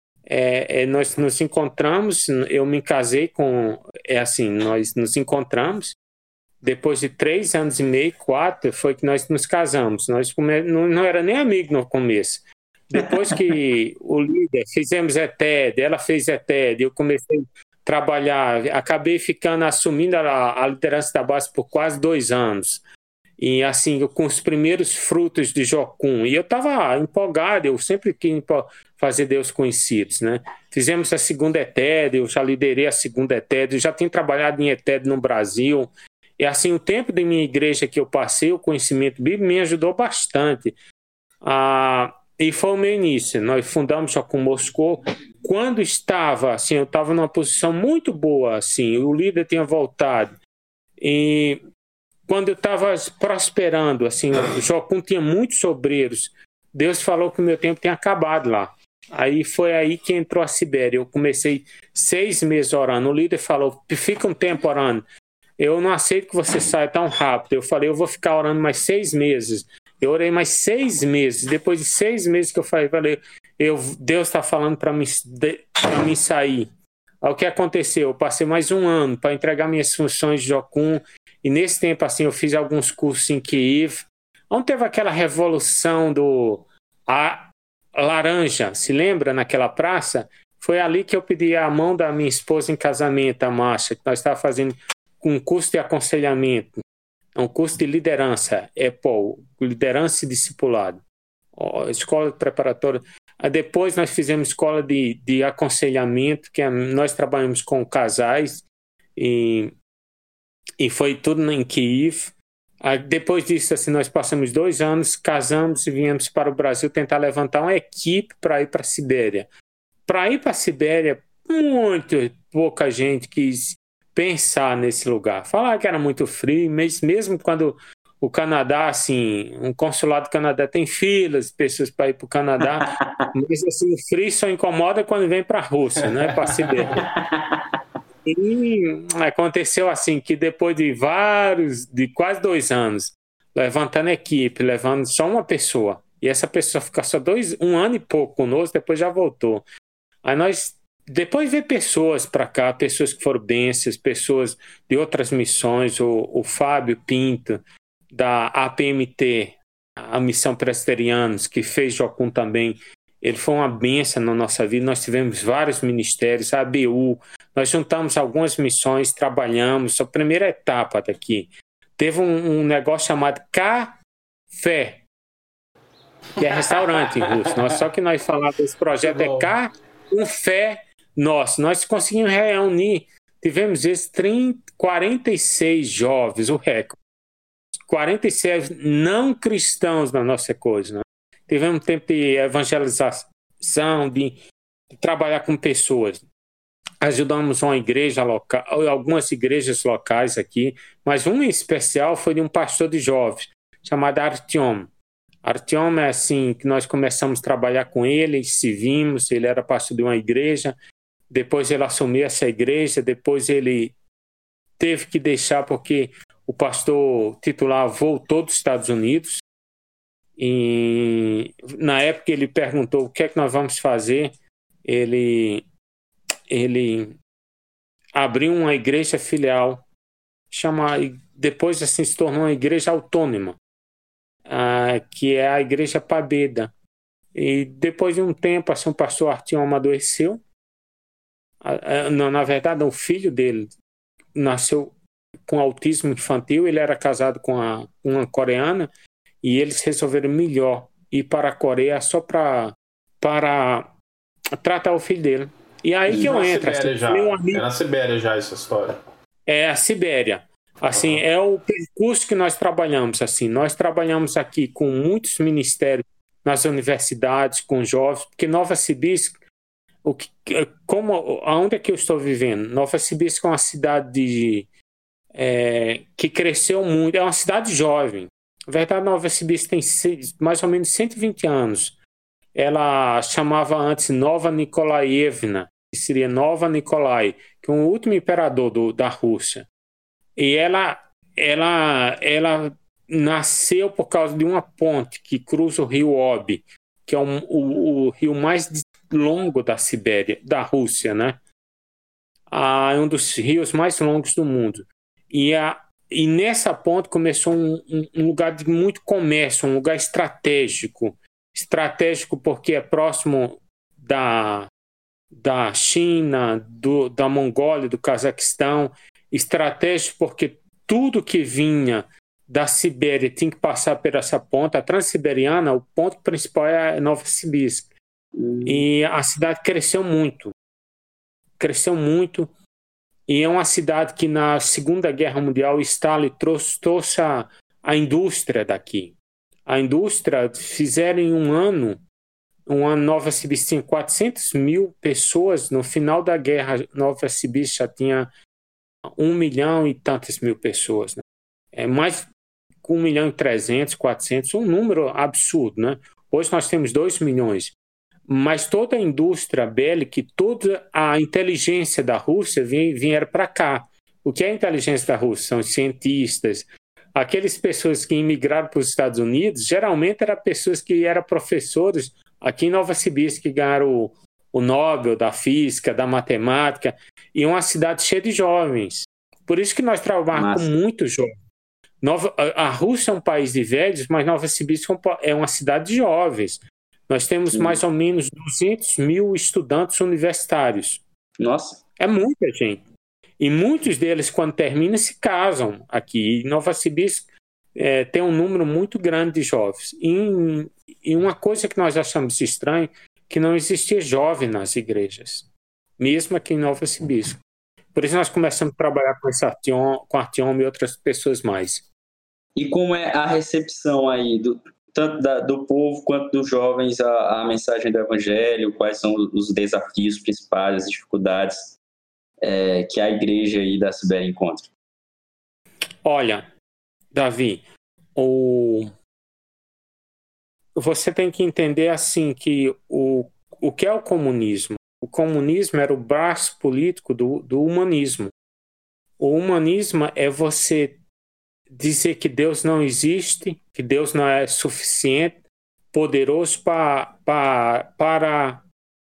S4: É, é, nós nos encontramos, eu me casei com, é assim, nós nos encontramos, depois de três anos e meio, quatro, foi que nós nos casamos. Nós come, não, não era nem amigo no começo. Depois que o líder, fizemos E T E D, ela fez E T E D, eu comecei a trabalhar, acabei ficando, assumindo a, a liderança da base por quase dois anos. E assim, com os primeiros frutos de Jocum. E eu estava empolgado, eu sempre quis fazer Deus conhecidos, né? Fizemos a segunda E T E D, eu já liderei a segunda E T E D, eu já tinha trabalhado em E T E D no Brasil. E assim, o tempo da minha igreja que eu passei, o conhecimento bíblico me ajudou bastante. Ah, e foi o meu início. Nós fundamos Jocum Moscou. Quando estava, assim, eu estava numa posição muito boa, assim, o líder tinha voltado. E quando eu estava prosperando, assim, o Jocum tinha muitos obreiros. Deus falou que o meu tempo tinha acabado lá. Aí foi aí que entrou a Sibéria. Eu comecei seis meses orando. O líder falou, fica um tempo orando. Eu não aceito que você saia tão rápido. Eu falei, eu vou ficar orando mais seis meses. Eu orei mais seis meses. Depois de seis meses que eu falei, falei eu, Deus está falando para mim, para mim sair. Aí, o que aconteceu? Eu passei mais um ano para entregar minhas funções de Jocum. E nesse tempo, assim, eu fiz alguns cursos em Kiev. Onde teve aquela revolução do a laranja, se lembra, naquela praça? Foi ali que eu pedi a mão da minha esposa em casamento, a Márcia, que nós estávamos fazendo um curso de aconselhamento, um curso de liderança, é pô, liderança e discipulado, escola preparatória. Depois nós fizemos escola de, de aconselhamento, que é, nós trabalhamos com casais, e, e foi tudo em Kiev. Depois disso, assim, nós passamos dois anos, casamos e viemos para o Brasil tentar levantar uma equipe para ir para a Sibéria. Para ir para a Sibéria, muito pouca gente quis pensar nesse lugar. Falar que era muito frio, mas mesmo quando o Canadá, assim, um consulado do Canadá tem filas de pessoas para ir para o Canadá, mas assim, o frio só incomoda quando vem para a Rússia, não é para a Sibéria. E aconteceu assim, que depois de vários, de quase dois anos, levantando a equipe, levando só uma pessoa, e essa pessoa fica só dois, um ano e pouco conosco, depois já voltou. Aí nós, depois veio pessoas para cá, pessoas que foram bênçãos, pessoas de outras missões, o, o Fábio Pinto, da A P M T, a Missão Presbiterianos, que fez Jocum também. Ele foi uma bênção na nossa vida. Nós tivemos vários ministérios, a A B U, nós juntamos algumas missões, trabalhamos. A primeira etapa daqui teve um, um negócio chamado Café, que é restaurante em russo. Nós, só que nós falamos desse projeto é Cá, um fé nosso. Nós conseguimos reunir, tivemos esses trinta, quarenta e seis jovens, o recorde. quarenta e seis não cristãos na nossa coisa, né? Tivemos tempo de evangelização, de, de trabalhar com pessoas. Ajudamos uma igreja local, algumas igrejas locais aqui, mas uma em especial foi de um pastor de jovens, chamado Artyom. Artyom é assim, que nós começamos a trabalhar com ele, se vimos, ele era pastor de uma igreja, depois ele assumiu essa igreja, depois ele teve que deixar porque o pastor titular voltou dos Estados Unidos, e na época ele perguntou o que é que nós vamos fazer. Ele, ele abriu uma igreja filial, chama, depois assim se tornou uma igreja autônoma, ah, que é a Igreja Pabeda. E depois de um tempo, assim, o pastor Artyom adoeceu. Ah, ah, não, na verdade, o filho dele nasceu com autismo infantil, ele era casado com a, uma coreana, e eles resolveram melhor ir para a Coreia só pra, para tratar o filho dele. E aí e que eu entro. Assim,
S2: já.
S4: Amigo,
S2: é na Sibéria já essa história.
S4: É a Sibéria. Assim, uhum. É o percurso que nós trabalhamos. Assim, nós trabalhamos aqui com muitos ministérios nas universidades, com jovens, porque Novosibirsk, o que, como, aonde é que eu estou vivendo? Novosibirsk é uma cidade de, é, que cresceu muito, é uma cidade jovem. Na verdade, Novosibirsk tem mais ou menos cento e vinte anos. Ela chamava antes Nova Nikolaevna, que seria Nova Nikolai, que é o último imperador do, da Rússia. E ela, ela, ela nasceu por causa de uma ponte que cruza o rio Obi, que é um, o, o rio mais longo da Sibéria, da Rússia, né? Ah, é um dos rios mais longos do mundo. E, a, e nessa ponte começou um, um, um lugar de muito comércio, um lugar estratégico. Estratégico porque é próximo da, da China, do, da Mongólia, do Cazaquistão. Estratégico porque tudo que vinha da Sibéria tinha que passar por essa ponta. A Transiberiana, o ponto principal é Novosibirsk. Uhum. E a cidade cresceu muito. Cresceu muito. E é uma cidade que na Segunda Guerra Mundial Stalin trouxe, trouxe a, a indústria daqui. A indústria, fizeram em um ano, um ano Novosibirsk tinha quatrocentas mil pessoas, no final da guerra Novosibirsk já tinha um milhão e tantas mil pessoas. Né? É mais um milhão e trezentos, quatrocentos, um número absurdo. Né? Hoje nós temos dois milhões. Mas toda a indústria bélica, toda a inteligência da Rússia vieram para cá. O que é a inteligência da Rússia? São os cientistas, aquelas pessoas que imigraram para os Estados Unidos, geralmente eram pessoas que eram professores aqui em Novosibirsk, que ganharam o, o Nobel da Física, da Matemática, e uma cidade cheia de jovens. Por isso que nós trabalhamos com muitos jovens. Nova, a, a Rússia é um país de velhos, mas Novosibirsk é uma cidade de jovens. Nós temos Sim. mais ou menos duzentos mil estudantes universitários.
S3: Nossa!
S4: É muita gente. E muitos deles, quando terminam, se casam aqui. E Novosibirsk é, tem um número muito grande de jovens. E, e uma coisa que nós achamos estranho, que não existia jovem nas igrejas, mesmo aqui em Novosibirsk. Por isso nós começamos a trabalhar com esse Artyom, com Artyom e outras pessoas mais.
S3: E como é a recepção aí do... tanto da, do povo quanto dos jovens, a, a mensagem do Evangelho, quais são os desafios principais, as dificuldades é, que a igreja aí da Sibéria encontra?
S4: Olha, Davi, o... você tem que entender assim que o, o que é o comunismo? O comunismo era o braço político do, do humanismo. O humanismo é você dizer que Deus não existe, que Deus não é suficiente, poderoso pra, pra, para,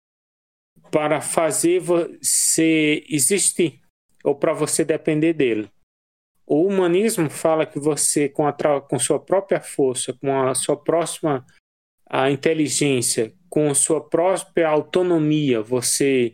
S4: para fazer você existir, ou para você depender dele. O humanismo fala que você, com, a, com sua própria força, com a sua próxima a inteligência, com a sua própria autonomia, você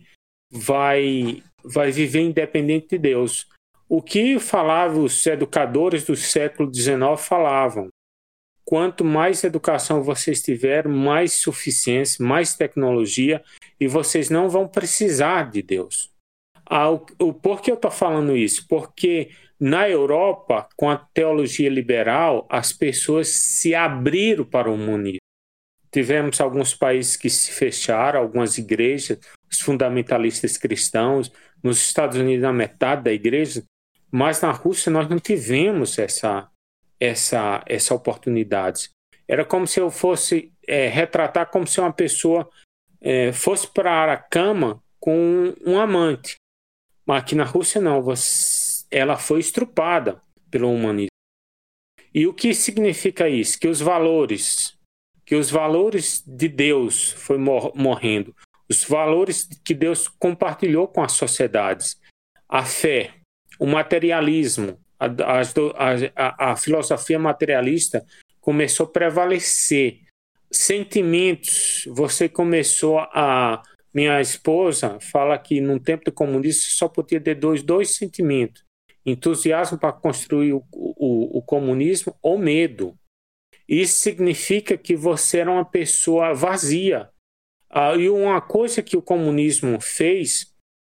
S4: vai, vai viver independente de Deus. O que falavam os educadores do século dezenove falavam? Quanto mais educação vocês tiverem, mais suficiência, mais tecnologia, e vocês não vão precisar de Deus. Ah, o, o, por que eu estou falando isso? Porque na Europa, com a teologia liberal, as pessoas se abriram para o humanismo. Tivemos alguns países que se fecharam, algumas igrejas, os fundamentalistas cristãos, nos Estados Unidos a metade da igreja, mas na Rússia nós não tivemos essa, essa, essa oportunidade. Era como se eu fosse é, retratar como se uma pessoa é, fosse para a cama com um amante. Mas aqui na Rússia não, você, ela foi estrupada pelo humanismo. E o que significa isso? Que os valores, que os valores de Deus foi mor- morrendo, os valores que Deus compartilhou com as sociedades, a fé, o materialismo, a, a, a, a filosofia materialista começou a prevalecer. Sentimentos, você começou a... Minha esposa fala que no tempo do comunismo só podia ter dois, dois sentimentos. Entusiasmo para construir o, o, o comunismo ou medo. Isso significa que você era uma pessoa vazia. Ah, e uma coisa que o comunismo fez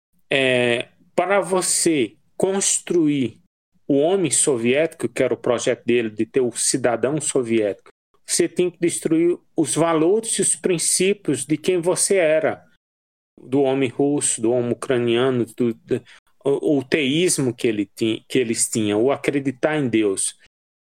S4: é para você construir o homem soviético, que era o projeto dele de ter o cidadão soviético, você tem que destruir os valores e os princípios de quem você era, do homem russo, do homem ucraniano, do, do, o, o teísmo que, ele tinha, que eles tinham, o acreditar em Deus.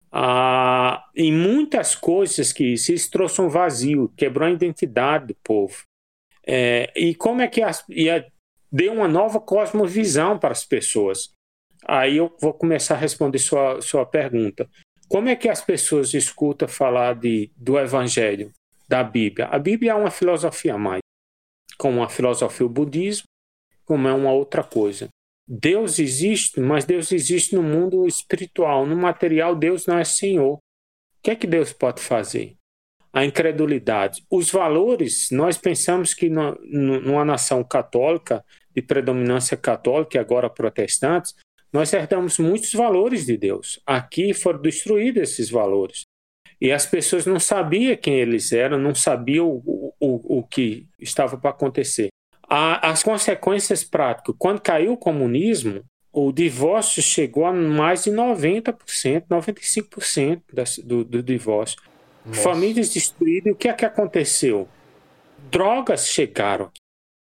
S4: Ah, e muitas coisas que isso, isso trouxe um vazio, quebrou a identidade do povo. É, e como é que as, ia, deu uma nova cosmovisão para as pessoas? Aí eu vou começar a responder sua, sua pergunta. Como é que as pessoas escutam falar de, do Evangelho, da Bíblia? A Bíblia é uma filosofia a mais, como a filosofia do budismo, como é uma outra coisa. Deus existe, mas Deus existe no mundo espiritual. No material, Deus não é Senhor. O que é que Deus pode fazer? A incredulidade. Os valores, nós pensamos que no, no, numa nação católica, de predominância católica e agora protestantes, nós herdamos muitos valores de Deus. Aqui foram destruídos esses valores. E as pessoas não sabiam quem eles eram, não sabiam o, o, o que estava para acontecer. A, as consequências práticas. Quando caiu o comunismo, o divórcio chegou a mais de noventa por cento, noventa e cinco por cento das, do, do divórcio.
S2: Nossa.
S4: Famílias destruídas, o que é que aconteceu? Drogas chegaram.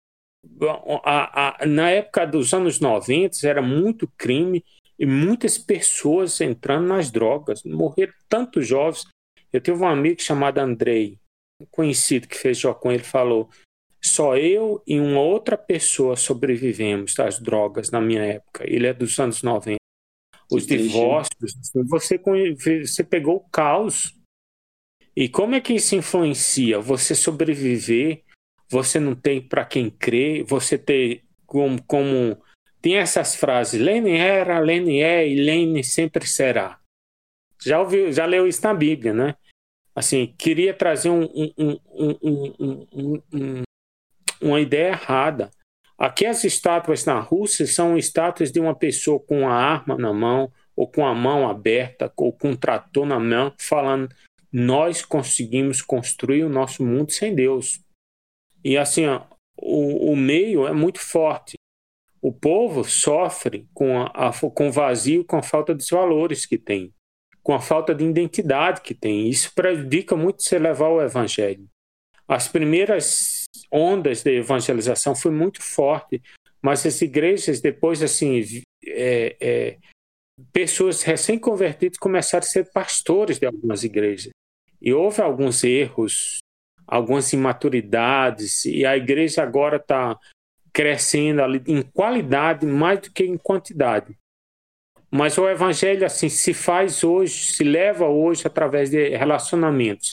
S4: A, a, na época dos anos noventa, era muito crime e muitas pessoas entrando nas drogas. Morreram tantos jovens. Eu tive um amigo chamado Andrei, um conhecido que fez jogo com ele, falou: só eu e uma outra pessoa sobrevivemos das drogas na minha época. Ele é dos anos noventa. Os
S3: Que triste,
S4: divórcios, você, você pegou o caos. E como é que isso influencia? Você sobreviver, você não tem para quem crer, você ter como, como... Tem essas frases: Lene era, Lene é e Lene sempre será. Já ouviu, já leu isso na Bíblia, né? Assim, queria trazer um, um, um, um, um, um, uma ideia errada. Aqui as estátuas na Rússia são estátuas de uma pessoa com a arma na mão, ou com a mão aberta, ou com um trator na mão, falando: nós conseguimos construir o nosso mundo sem Deus. E assim, ó, o, o meio é muito forte. O povo sofre com, a, a, com o vazio, com a falta dos valores que tem, com a falta de identidade que tem. Isso prejudica muito você levar o evangelho. As primeiras ondas de evangelização foi muito forte, mas as igrejas depois, assim, é, é, pessoas recém-convertidas começaram a ser pastores de algumas igrejas. E houve alguns erros, algumas imaturidades, e a igreja agora está crescendo ali em qualidade mais do que em quantidade. Mas o evangelho, assim, se faz hoje, se leva hoje através de relacionamentos.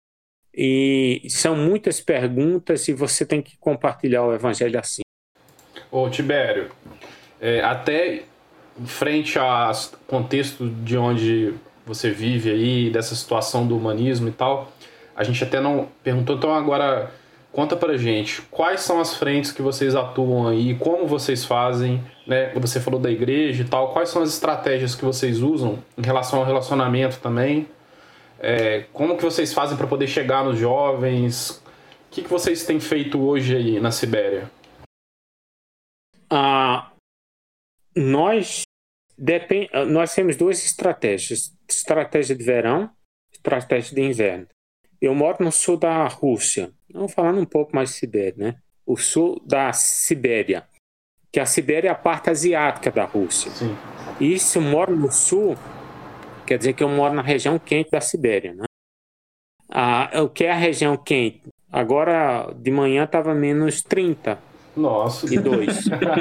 S4: E são muitas perguntas e você tem que compartilhar o evangelho assim.
S2: Ô Tibério, é, até em frente ao contexto de onde você vive aí, dessa situação do humanismo e tal, a gente até não perguntou, então agora conta pra gente, quais são as frentes que vocês atuam aí, como vocês fazem, né? Você falou da igreja e tal, quais são as estratégias que vocês usam em relação ao relacionamento também? É, como que vocês fazem para poder chegar nos jovens? O que, que vocês têm feito hoje aí na Sibéria?
S4: Ah, nós, depend... nós temos duas estratégias. Estratégia de verão, estratégia de inverno. Eu moro no sul da Rússia. Vamos falando um pouco mais de Sibéria, né? O sul da Sibéria. Que a Sibéria é a parte asiática da Rússia.
S2: Sim.
S4: E se eu moro no sul, quer dizer que eu moro na região quente da Sibéria, né? Ah, o que é a região quente? Agora, de manhã, estava menos trinta.
S2: Nossa.
S4: E dois.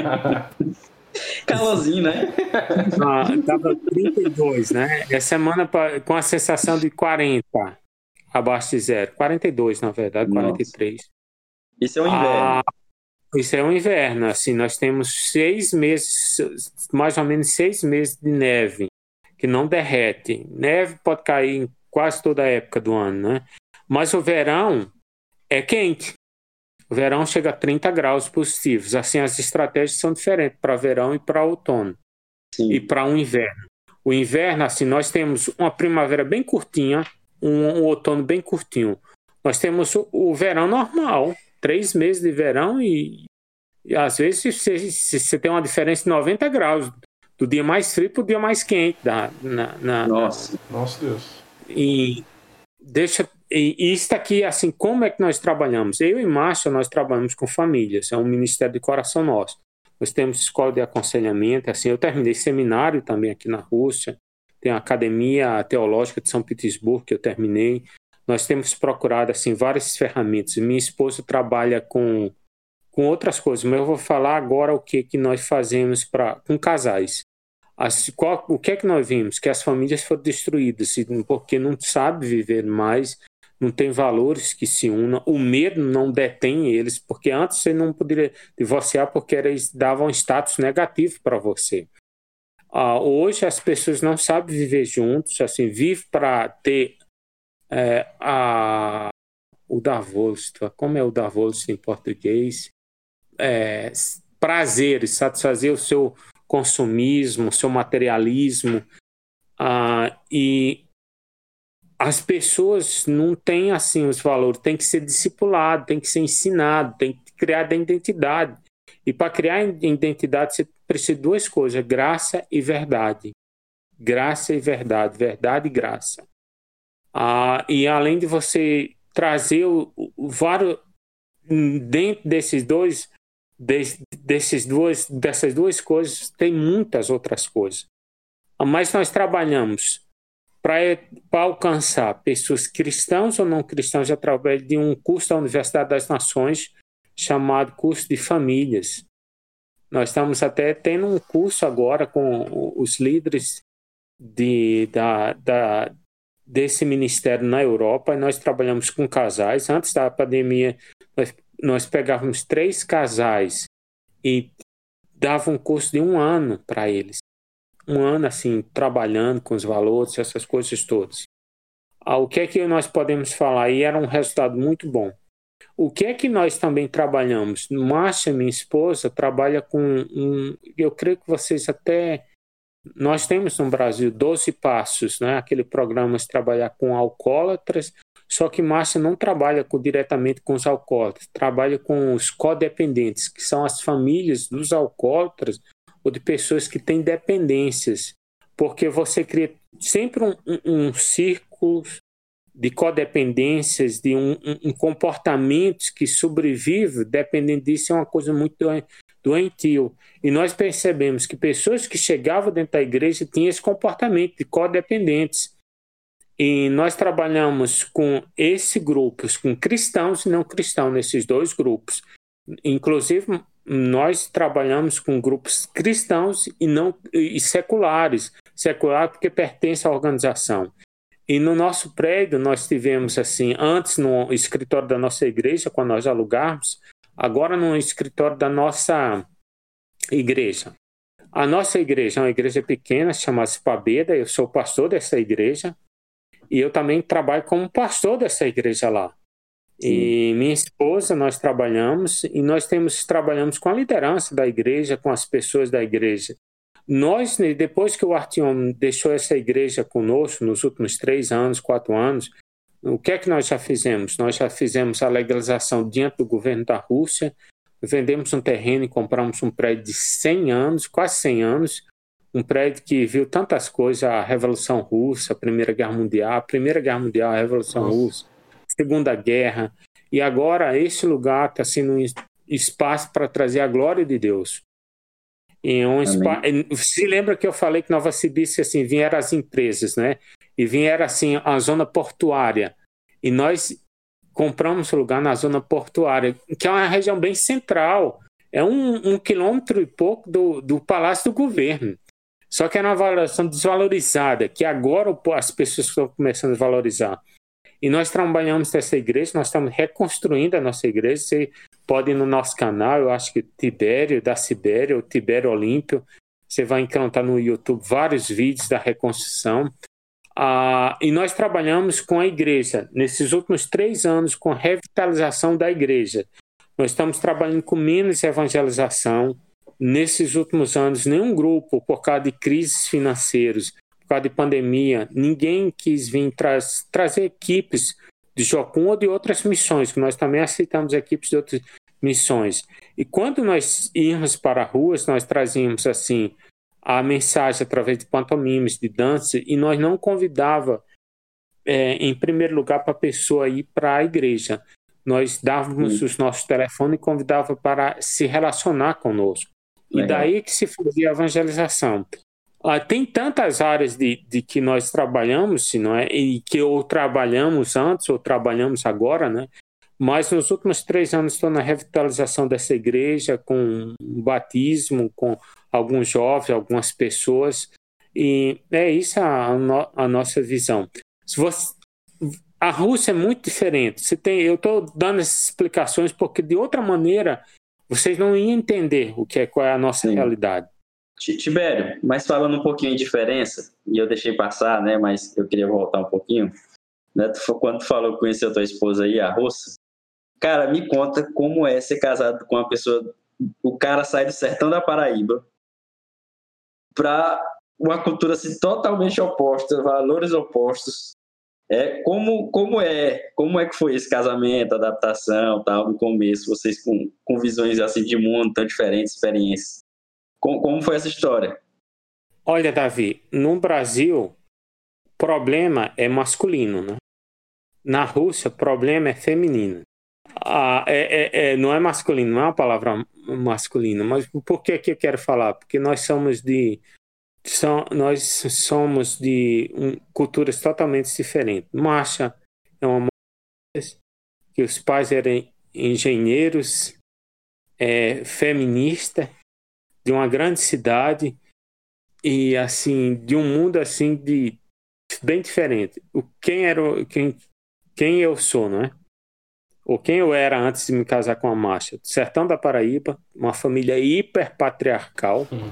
S3: Calorzinho, né?
S4: Estava ah, trinta e dois, né? Essa semana com a sensação de quarenta, abaixo de zero. quarenta e dois, na verdade,
S3: Nossa.
S4: quarenta e três.
S3: Isso é o inverno.
S4: Ah, isso é o inverno. Assim, nós temos seis meses, mais ou menos seis meses de neve, que não derrete. Neve pode cair em quase toda a época do ano, né? Mas o verão é quente. O verão chega a trinta graus positivos. Assim, as estratégias são diferentes para verão e para outono.
S3: Sim.
S4: E para um inverno. O inverno, assim, nós temos uma primavera bem curtinha, um, um outono bem curtinho. Nós temos o, o verão normal, três meses de verão e, e às vezes você, você tem uma diferença de noventa graus do dia mais frio para o dia mais quente. Da, na, na,
S3: Nossa.
S2: Na... Nossa Deus.
S4: E deixa... E isso aqui, assim, como é que nós trabalhamos? Eu e Márcia, nós trabalhamos com famílias, é um ministério de coração nosso. Nós temos escola de aconselhamento, assim, eu terminei seminário também aqui na Rússia, tem a Academia Teológica de São Petersburgo que eu terminei. Nós temos procurado, assim, várias ferramentas. Minha esposa trabalha com, com outras coisas, mas eu vou falar agora o que, que nós fazemos pra, com casais. As, qual, o que é que nós vimos? Que as famílias foram destruídas, porque não sabe viver mais, não tem valores que se unam, o medo não detém eles, porque antes você não poderia divorciar porque eles davam status negativo para você. Ah, hoje as pessoas não sabem viver juntos, assim, vivem para ter é, a, o Davos, como é o Davos em português? É, prazeres, satisfazer o seu consumismo, o seu materialismo, ah, e as pessoas não têm assim os valores, tem que ser discipulado, tem que ser ensinado, tem que criar a identidade. E para criar identidade, você precisa de duas coisas, graça e verdade. Graça e verdade, verdade e graça. Ah, e além de você trazer o, o vários, dentro desses dois, des, desses duas, dessas duas coisas, tem muitas outras coisas. Mas nós trabalhamos para alcançar pessoas cristãs ou não cristãs através de um curso da Universidade das Nações chamado curso de famílias. Nós estamos até tendo um curso agora com os líderes de, da, da, desse ministério na Europa, e nós trabalhamos com casais. Antes da pandemia, nós, nós pegávamos três casais e dava um curso de um ano para eles. Um ano, assim, trabalhando com os valores, essas coisas todas. Ah, o que é que nós podemos falar? E era um resultado muito bom. O que é que nós também trabalhamos? Márcia, minha esposa, trabalha com um... Eu creio que vocês até... Nós temos no Brasil doze Passos, né? Aquele programa de trabalhar com alcoólatras, só que Márcia não trabalha com, diretamente com os alcoólatras, trabalha com os codependentes, que são as famílias dos alcoólatras ou de pessoas que têm dependências, porque você cria sempre um, um, um círculo de codependências, de um, um, um comportamentos que sobrevivem, dependendo disso, é uma coisa muito doentio. E nós percebemos que pessoas que chegavam dentro da igreja tinham esse comportamento de codependentes. E nós trabalhamos com esses grupos, com cristãos e não cristãos, nesses dois grupos. Inclusive, nós trabalhamos com grupos cristãos e, não, e seculares. Secular porque pertence à organização. E no nosso prédio, nós tivemos, assim, antes no escritório da nossa igreja, quando nós alugarmos, agora no escritório da nossa igreja. A nossa igreja é uma igreja pequena, chama-se Pabeda, eu sou pastor dessa igreja, e eu também trabalho como pastor dessa igreja lá. Sim. E minha esposa, nós trabalhamos, e nós temos, trabalhamos com a liderança da igreja, com as pessoas da igreja. Nós, depois que o Artyom deixou essa igreja conosco, nos últimos três anos, quatro anos, o que é que nós já fizemos? Nós já fizemos a legalização diante do governo da Rússia, vendemos um terreno e compramos um prédio de cem anos, quase cem anos, um prédio que viu tantas coisas, a Revolução Russa, a Primeira Guerra Mundial, a Primeira Guerra Mundial, a Revolução Nossa. Russa, a Segunda Guerra, e agora esse lugar está sendo um espaço para trazer a glória de Deus. E um spa... Se lembra que eu falei que Nova Sibícia, assim, vieram as empresas, né? E vieram, assim, a zona portuária. E nós compramos um lugar na zona portuária, que é uma região bem central. É um, um quilômetro e pouco do, do Palácio do Governo. Só que era uma valoração desvalorizada, que agora as pessoas estão começando a valorizar. E nós trabalhamos nessa igreja, nós estamos reconstruindo a nossa igreja. Você pode ir no nosso canal, eu acho que Tibério, da Sibéria, ou Tibério Olímpio. Você vai encontrar no YouTube vários vídeos da reconstrução. Ah, e nós trabalhamos com a igreja, nesses últimos três anos, com a revitalização da igreja. Nós estamos trabalhando com menos evangelização. Nesses últimos anos, nenhum grupo, por causa de crises financeiras, por causa de pandemia, ninguém quis vir tra- trazer equipes de Jocum ou de outras missões, que nós também aceitamos equipes de outras missões. E quando nós íamos para ruas, nós trazíamos assim a mensagem através de pantomimes, de dança, e nós não convidava, é, em primeiro lugar, para a pessoa ir para a igreja. Nós dávamos Sim. os nossos telefones e convidava para se relacionar conosco. Legal. E daí que se fazia a evangelização. Ah, tem tantas áreas de, de que nós trabalhamos, se não é, e que ou trabalhamos antes ou trabalhamos agora, né? Mas nos últimos três anos estou na revitalização dessa igreja, com um batismo, com alguns jovens, algumas pessoas, e é isso a, a, no, a nossa visão. Se você, a Rússia é muito diferente. Você tem, eu estou dando essas explicações porque de outra maneira vocês não iam entender o que é, qual é a nossa Sim. realidade.
S3: Tibério, mas falando um pouquinho de diferença, e eu deixei passar, né, mas eu queria voltar um pouquinho, né, quando tu falou que conheceu tua esposa aí, a russa, cara, me conta como é ser casado com uma pessoa, o cara sai do sertão da Paraíba para uma cultura assim, totalmente oposta, valores opostos, É, como, como, é, como é que foi esse casamento, adaptação, tal, no começo, vocês com, com visões assim de mundo tão diferentes, experiências? Como, como foi essa história?
S4: Olha, Davi, no Brasil, problema é masculino, né? Na Rússia, problema é feminino. Ah, é, é, é, não é masculino, não é uma palavra masculina, mas por que que eu quero falar? Porque nós somos de, são, nós somos de um, culturas totalmente diferentes. Masha é uma mulher que os pais eram engenheiros, é, feminista, de uma grande cidade e assim de um mundo assim de bem diferente. O quem era o- quem quem eu sou, não é? Ou quem eu era antes de me casar com a Márcia. Sertão da Paraíba, uma família hiper patriarcal,
S2: Uhum.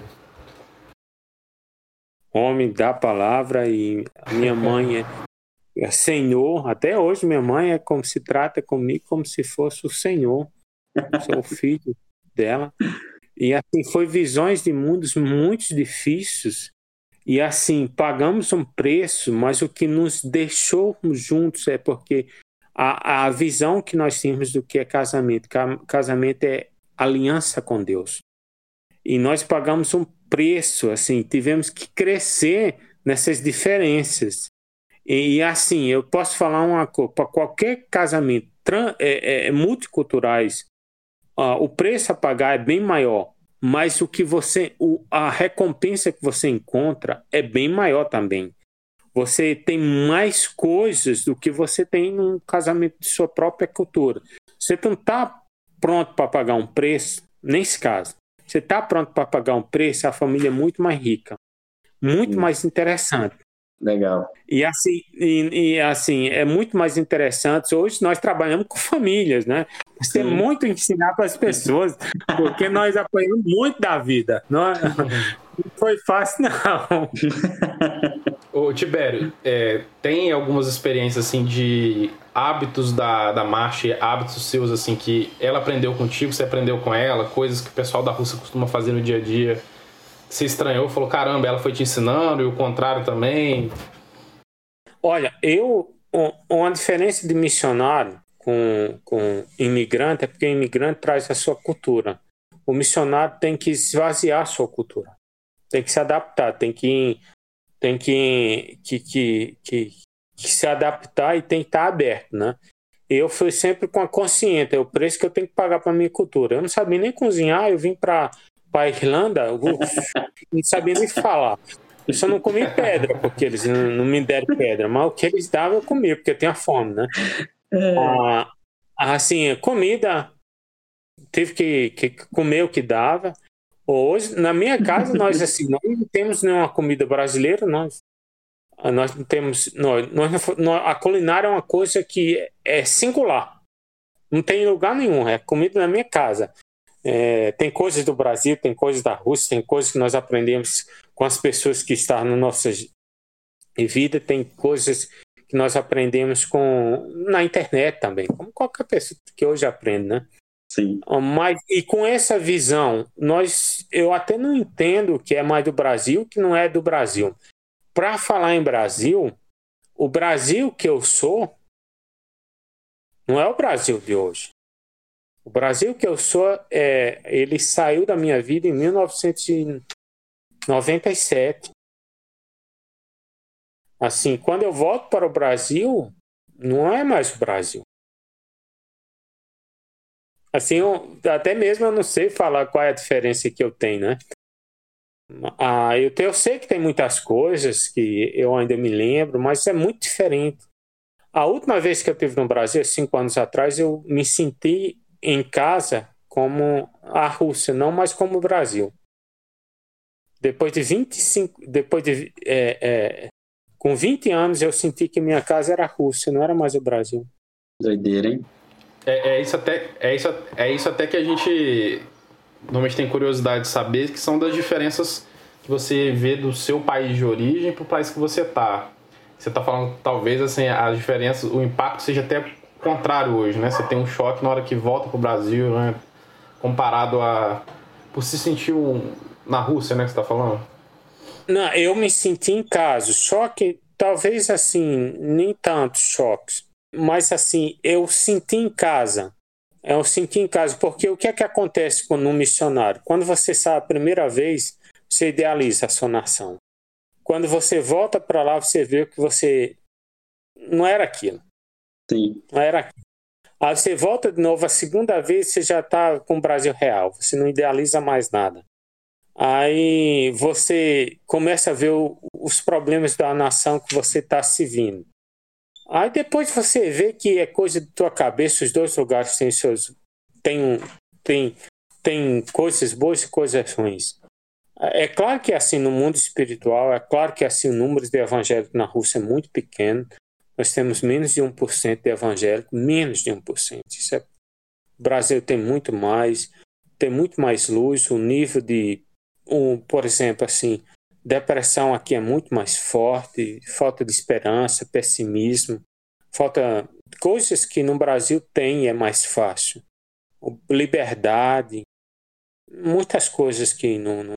S4: homem da palavra e a minha mãe é, é senhor. Até hoje minha mãe é como se trata comigo como se fosse o senhor. Sou o filho dela. E assim, foi visões de mundos muito difíceis. E assim, pagamos um preço, mas o que nos deixou juntos é porque a, a visão que nós temos do que é casamento. Ca- Casamento é aliança com Deus. E nós pagamos um preço, assim, tivemos que crescer nessas diferenças. E, e, assim, eu posso falar uma coisa, para qualquer casamento tran- é, é, multiculturais, ah, o preço a pagar é bem maior, mas o que você, o, a recompensa que você encontra é bem maior também. Você tem mais coisas do que você tem num casamento de sua própria cultura. Você não está pronto para pagar um preço, nem se casa. Você está pronto para pagar um preço, a família é muito mais rica, muito
S3: Hum,
S4: mais interessante.
S3: legal.
S4: E assim, e, e, assim, é muito mais interessante. Hoje nós trabalhamos com famílias, né? Nós temos
S3: Sim.
S4: muito a ensinar para as pessoas, porque nós apanhamos muito da vida. Não, não foi fácil, não.
S2: Ô, Tibério, é, tem algumas experiências assim de hábitos da, da Marcha, hábitos seus assim que ela aprendeu contigo, você aprendeu com ela, coisas que o pessoal da Rússia costuma fazer no dia a dia. Você estranhou, falou, caramba, ela foi te ensinando e o contrário também.
S4: Olha, eu uma diferença de missionário com, com imigrante é porque o imigrante traz a sua cultura. O missionário tem que esvaziar a sua cultura, tem que se adaptar, tem que tem que, que, que, que, que se adaptar e tem que estar aberto, né? Eu fui sempre com a consciência, é o preço que eu tenho que pagar para minha cultura. Eu não sabia nem cozinhar, eu vim para a Irlanda, eu não sabia nem falar. Eu só não comi pedra, porque eles não, não me deram pedra, mas o que eles davam eu comia, porque eu tinha fome, né? Ah, assim, comida, tive que, que comer o que dava. Hoje, na minha casa, nós assim, nós não temos nenhuma comida brasileira, nós, nós não temos. Nós, nós, nós, a culinária é uma coisa que é singular. Não tem em lugar nenhum, é comida na minha casa. É, tem coisas do Brasil, tem coisas da Rússia, tem coisas que nós aprendemos com as pessoas que estão na nossa vida, tem coisas que nós aprendemos com, na internet também, como qualquer pessoa que hoje aprende, né?
S3: Sim.
S4: Mas, e com essa visão, nós, eu até não entendo o que é mais do Brasil, que não é do Brasil. Para falar em Brasil, o Brasil que eu sou não é o Brasil de hoje. O Brasil que eu sou, é, ele saiu da minha vida em mil novecentos e noventa e sete. Assim, quando eu volto para o Brasil, não é mais o Brasil. Assim, eu, até mesmo eu não sei falar qual é a diferença que eu tenho, né? Ah, eu, te- eu sei que tem muitas coisas que eu ainda me lembro, mas é muito diferente. A última vez que eu estive no Brasil, cinco anos atrás, eu me senti em casa como a Rússia, não mais como o Brasil. Depois de vinte e cinco, depois de, é, é, com vinte anos, eu senti que minha casa era a Rússia, não era mais o Brasil.
S3: Doideira, hein?
S2: É, é, isso até, é, isso, é isso até que a gente normalmente tem curiosidade de saber, que são das diferenças que você vê do seu país de origem para o país que você tá. Você tá falando, talvez, assim, as diferenças, o impacto seja até contrário hoje, né? Você tem um choque na hora que volta pro Brasil, né? Comparado a... Por se sentir um, na Rússia, né, que você tá falando?
S4: Não, eu me senti em casa, só que talvez assim, nem tantos choques, mas assim, eu senti em casa, eu senti em casa, porque o que é que acontece com um missionário? Quando você sai a primeira vez, você idealiza a sua nação. Quando você volta para lá, você vê que você não era aquilo.
S3: Sim.
S4: Não era aquilo. Aí você volta de novo a segunda vez, você já está com o Brasil real, você não idealiza mais nada. Aí você começa a ver o, os problemas da nação que você está se vindo. Aí depois você vê que é coisa de tua cabeça, os dois lugares têm seus tem, tem, tem coisas boas e coisas ruins. É claro que assim no mundo espiritual, é claro que assim o número de evangélicos na Rússia é muito pequeno. Nós temos menos de um por cento de evangélicos, menos de um por cento. Isso é... O Brasil tem muito mais, tem muito mais luz, o nível de, um, por exemplo, assim, depressão aqui é muito mais forte, falta de esperança, pessimismo, falta coisas que no Brasil tem, é mais fácil. Liberdade, muitas coisas que não... não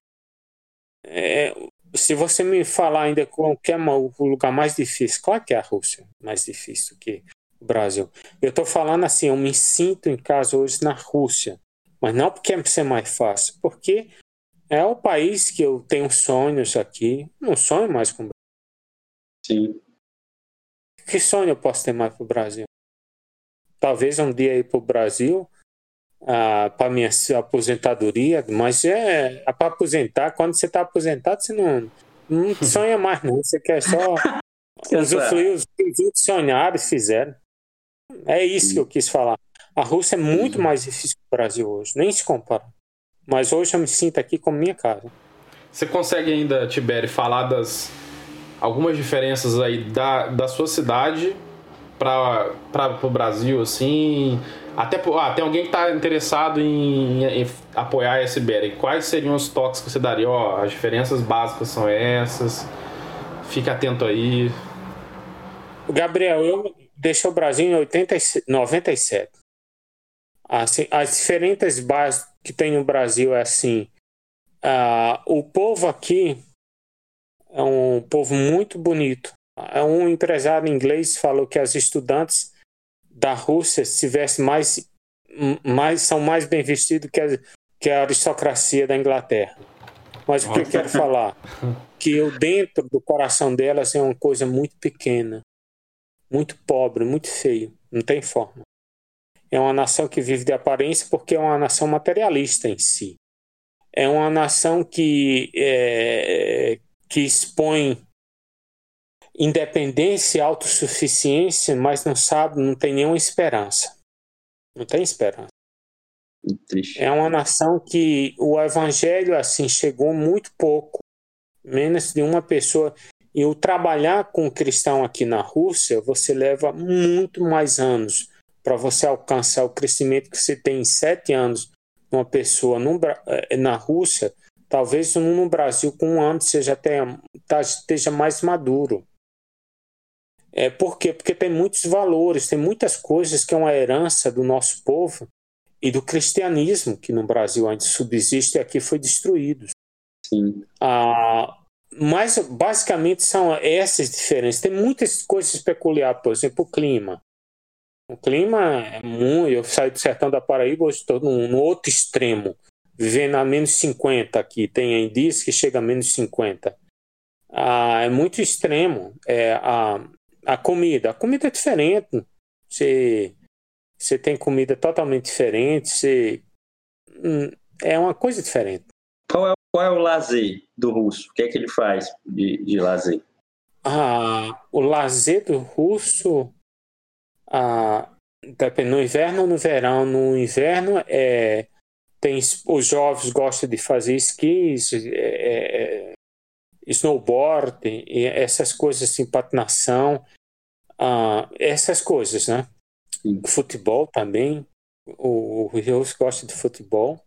S4: é, se você me falar ainda qual que é o lugar mais difícil, claro que é a Rússia, mais difícil do que o Brasil. Eu estou falando assim, eu me sinto em casa hoje na Rússia, mas não porque é ser mais fácil, porque é o país que eu tenho sonhos aqui, não sonho mais com o
S3: Brasil. Sim.
S4: Que sonho eu posso ter mais para o Brasil? Talvez um dia ir para o Brasil, ah, para minha aposentadoria, mas é, é para aposentar. Quando você está aposentado, você não, não sonha mais, não. Você quer só usufruir os que os sonhados fizeram. É isso que eu quis falar. A Rússia é muito mais difícil que o Brasil hoje, nem se compara. Mas hoje eu me sinto aqui como minha casa.
S2: Você consegue ainda, Tibério, falar das algumas diferenças aí da, da sua cidade para o Brasil, assim? Até ah, tem alguém que está interessado em, em apoiar a S B R. Quais seriam os toques que você daria? Ó, as diferenças básicas são essas. Fica atento aí.
S4: Gabriel, eu deixei o Brasil em oitenta e noventa e sete. Assim, as diferentes bases que tem no Brasil é assim. Uh, o povo aqui é um povo muito bonito. Um empresário inglês falou que as estudantes da Rússia se tivessem mais, mais, são mais bem vestidos que a, que a aristocracia da Inglaterra. Mas o que eu quero falar? Que eu, dentro do coração delas é uma coisa muito pequena, muito pobre, muito feio, não tem forma. É uma nação que vive de aparência porque é uma nação materialista em si. É uma nação que, é, que expõe independência e autossuficiência, mas não sabe, não tem nenhuma esperança. Não tem esperança.
S3: Triste.
S4: É uma nação que o evangelho assim chegou muito pouco, menos de uma pessoa. E o trabalhar com o cristão aqui na Rússia, você leva muito mais anos para você alcançar o crescimento que você tem em sete anos uma pessoa no, na Rússia, talvez no Brasil com um ano você já tenha, tá, esteja mais maduro. É, por quê? Porque tem muitos valores, tem muitas coisas que é uma herança do nosso povo e do cristianismo que no Brasil ainda subsiste e aqui foi destruído.
S3: Sim.
S4: Ah, mas basicamente são essas diferenças. Tem muitas coisas peculiares, por exemplo, o clima. O clima é muito... Eu saí do sertão da Paraíba, hoje estou no, no outro extremo, vivendo a menos cinquenta aqui. Tem dias que chega a menos cinquenta. Ah, é muito extremo. É, a, a comida. A comida é diferente. Você, você tem comida totalmente diferente. Você, é uma coisa diferente.
S3: Qual é, qual é o lazer do russo? O que é que ele faz de, de lazer?
S4: Ah, o lazer do russo... Ah, no inverno ou no verão? No inverno é, tem, os jovens gostam de fazer esquis, é, é, snowboard, e essas coisas assim, patinação, ah, essas coisas, né?
S3: Sim.
S4: Futebol também, o, o Rios gosta de futebol,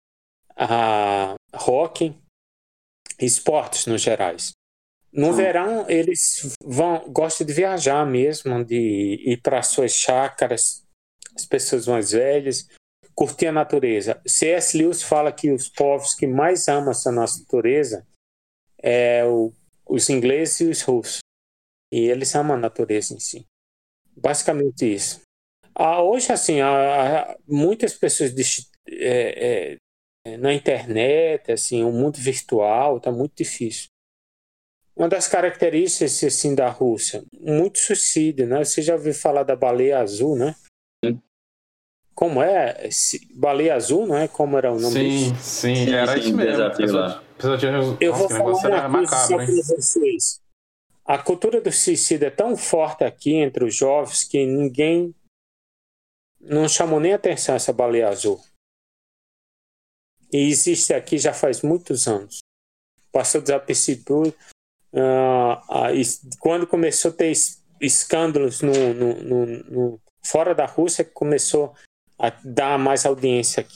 S4: ah, hockey, esportes no gerais. No ah. verão, eles vão, gostam de viajar mesmo, de ir para suas chácaras, as pessoas mais velhas, curtir a natureza. C S. Lewis fala que os povos que mais amam essa nossa natureza é o, os ingleses e os russos. E eles amam a natureza em si. Basicamente isso. Ah, hoje, assim, há, há muitas pessoas de, é, é, na internet, assim, o mundo virtual está muito difícil. Uma das características assim, da Rússia, muito suicídio, né? Você já ouviu falar da baleia azul, né?
S3: Sim.
S4: Como é? Baleia azul, não é? Como era o nome
S2: sim,
S4: disso?
S2: Sim,
S3: Sim,
S2: era
S3: sim,
S2: isso mesmo.
S3: desafio lá.
S4: Eu
S2: Nossa,
S4: vou
S2: que
S4: falar
S2: negócio
S4: uma
S2: era
S4: coisa só
S2: macabro,
S4: para
S2: hein?
S4: vocês. A cultura do suicídio é tão forte aqui entre os jovens que ninguém não chamou nem atenção a essa baleia azul. E existe aqui já faz muitos anos. Passou desapercebido. Uh, uh, quando começou a ter es- escândalos no, no, no, no, fora da Rússia, começou a dar mais audiência aqui.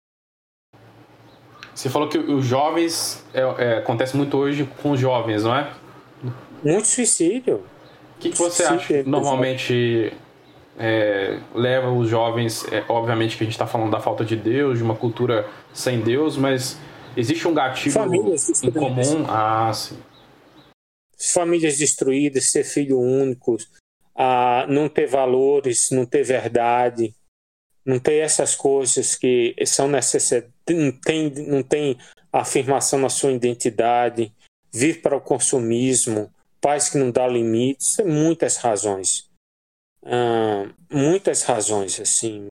S2: Você falou que os jovens, é, é, acontece muito hoje com os jovens, não é?
S4: Muito suicídio.
S2: O que, que você acha que normalmente é, leva os jovens, é, obviamente que a gente está falando da falta de Deus, de uma cultura sem Deus, mas existe um gatilho
S4: Famílias
S2: em comum? Ah, sim.
S4: Famílias destruídas, ser filho único, ah, não ter valores, não ter verdade, não ter essas coisas que são necessárias, não tem, não tem afirmação na sua identidade, vir para o consumismo, pais que não dão limites, tem muitas razões. Ah, muitas razões, assim.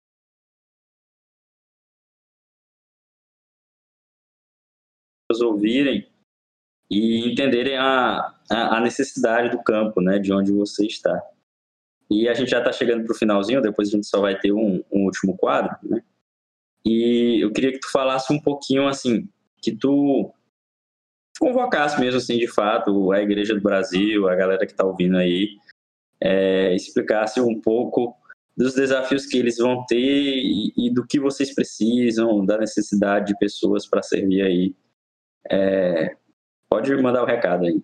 S3: Ouvirem e entenderem a, a, a necessidade do campo, né, de onde você está. E a gente já está chegando para o finalzinho, depois a gente só vai ter um, um último quadro, né? E eu queria que tu falasse um pouquinho, assim, que tu convocasse mesmo, assim, de fato, a Igreja do Brasil, a galera que está ouvindo aí, é, explicasse um pouco dos desafios que eles vão ter e, e do que vocês precisam, da necessidade de pessoas para servir aí. É, pode mandar o recado aí.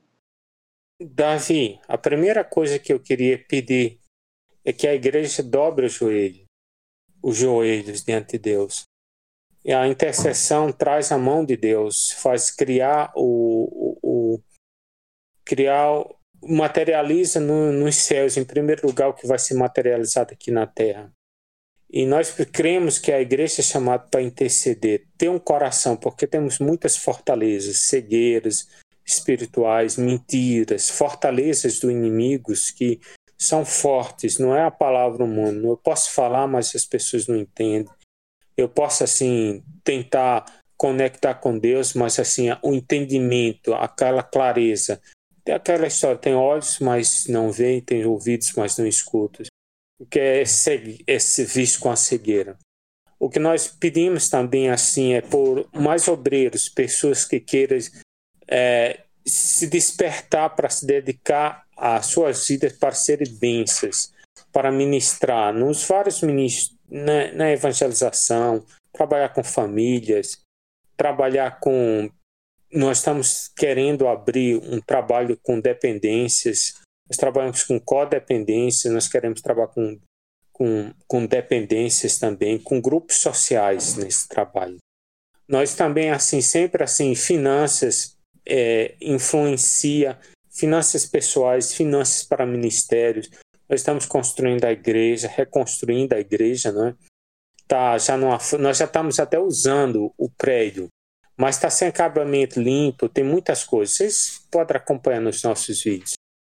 S4: Davi, a primeira coisa que eu queria pedir é que a igreja dobre o joelho, os joelhos diante de Deus. E a intercessão traz a mão de Deus, faz criar o, o, o criar, materializa no, nos céus, em primeiro lugar, o que vai ser materializado aqui na terra. E nós cremos que a igreja é chamada para interceder, ter um coração, porque temos muitas fortalezas, cegueiras espirituais, mentiras, fortalezas do inimigos que são fortes, não é a palavra humana. Eu posso falar, mas as pessoas não entendem. Eu posso, assim, tentar conectar com Deus, mas, assim, o entendimento, aquela clareza. Tem aquela história, tem olhos, mas não veem, tem ouvidos, mas não escutam. O que é, é ser visto com a cegueira. O que nós pedimos também, assim, é por mais obreiros, pessoas que queiram é, se despertar para se dedicar às suas vidas para serem bênçãos, para ministrar nos vários ministros, na, na evangelização, trabalhar com famílias, trabalhar com... Nós estamos querendo abrir um trabalho com dependências, nós trabalhamos com codependência, nós queremos trabalhar com, com, com dependências também, com grupos sociais nesse trabalho. Nós também, assim, sempre assim, finanças é, influencia, finanças pessoais, finanças para ministérios. Nós estamos construindo a igreja, reconstruindo a igreja, né? Tá, já não, nós já estamos até usando o prédio, mas está sem acabamento limpo, tem muitas coisas. Vocês podem acompanhar nos nossos vídeos.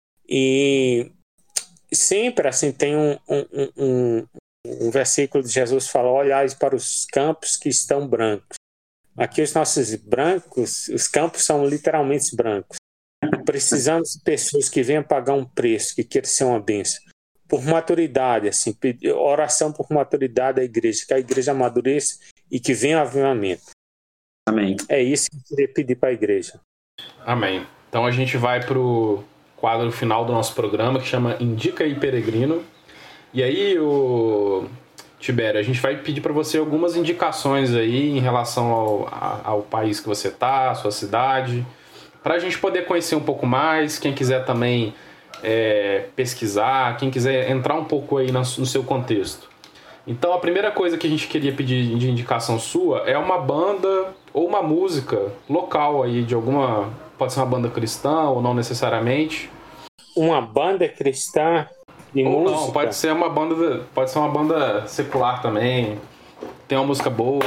S4: E sempre assim tem um, um, um, um versículo de Jesus que fala: olhai para os campos que estão brancos. Aqui os nossos brancos, os campos são literalmente brancos. Precisamos de pessoas que venham pagar um preço, que queiram ser uma bênção. Por maturidade, assim, oração por maturidade da igreja, que a igreja amadureça e que venha avivamento.
S3: Amém.
S4: É isso que eu queria pedir para a igreja.
S2: Amém. Então a gente vai para o quadro final do nosso programa, que chama Indica aí Peregrino. E aí, o Tibério, a gente vai pedir para você algumas indicações aí em relação ao, a, ao país que você tá, a sua cidade, para a gente poder conhecer um pouco mais. Quem quiser também é, pesquisar, quem quiser entrar um pouco aí no, no seu contexto. Então a primeira coisa que a gente queria pedir de indicação sua é uma banda ou uma música local aí de alguma... Pode ser uma banda cristã ou não necessariamente.
S4: uma banda cristã de
S2: Ou
S4: música.
S2: não, pode ser uma banda, pode ser uma banda secular também. Tem uma música boa.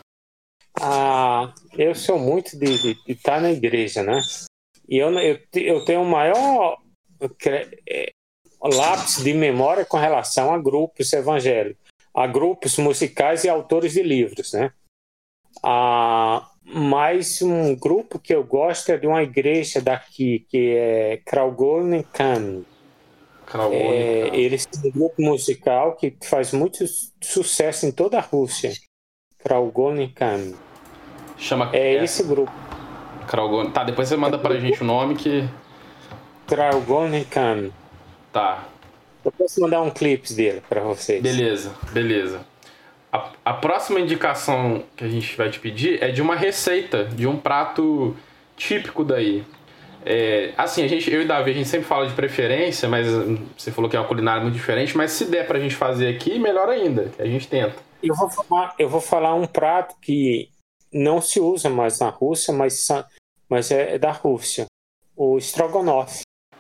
S4: Ah, eu sou muito de estar na igreja, né? E eu, eu, eu tenho o maior é, lápis de memória com relação a grupos evangélicos, a grupos musicais e autores de livros, né? Ah, mas um grupo que eu gosto é de uma igreja daqui, que é Kraugolnikan. É, eles têm um grupo musical que faz muito sucesso em toda a Rússia. Kraugolnikan.
S2: Chama
S4: É
S2: é,
S4: esse grupo.
S2: Kraugolnikan. Tá, depois você manda pra gente o nome que...
S4: Kraugolnikan.
S2: Tá.
S4: Eu posso mandar um clipe dele pra vocês.
S2: Beleza, beleza. A, a próxima indicação que a gente vai te pedir é de uma receita, de um prato típico daí. É, assim, a gente, eu e Davi, a gente sempre fala de preferência, mas você falou que é uma culinária muito diferente, mas se der pra gente fazer aqui, melhor ainda, que a gente tenta.
S4: Eu vou falar, eu vou falar um prato que não se usa mais na Rússia, mas, mas é, é da Rússia. O Strogonoff.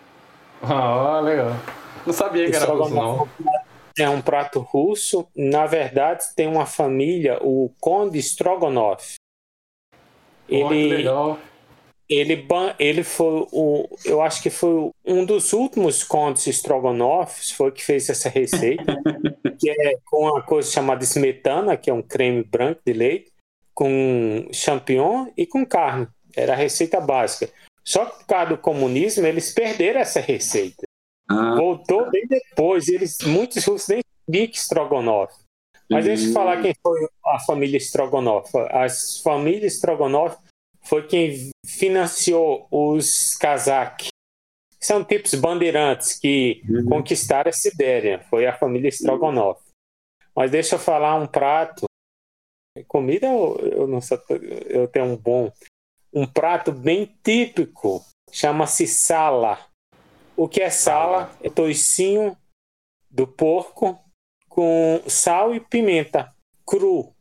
S2: Ah, legal. Não sabia que era russo, não.
S4: É um prato russo. Na verdade, tem uma família, o Conde Strogonoff.
S2: Ele, oh, que legal.
S4: Ele, ele foi o, eu acho que foi um dos últimos condes Strogonoffs, foi que fez essa receita, que é com uma coisa chamada smetana, que é um creme branco de leite, com champignon e com carne. Era a receita básica. Só que por causa do comunismo, eles perderam essa receita. Ah. Voltou bem depois. Eles, muitos russos nem sabiam que Strogonoff. Mas deixa eu falar quem foi a família Strogonoff. A família Strogonoff foi quem financiou os cazaques. São tipos bandeirantes que uhum. conquistaram a Sibéria. Foi a família Strogonoff. Mas deixa eu falar um prato. Comida eu não sei, eu tenho um bom. Um prato bem típico. Chama-se sala. O que é sala? É toicinho do porco com sal e pimenta. Cru.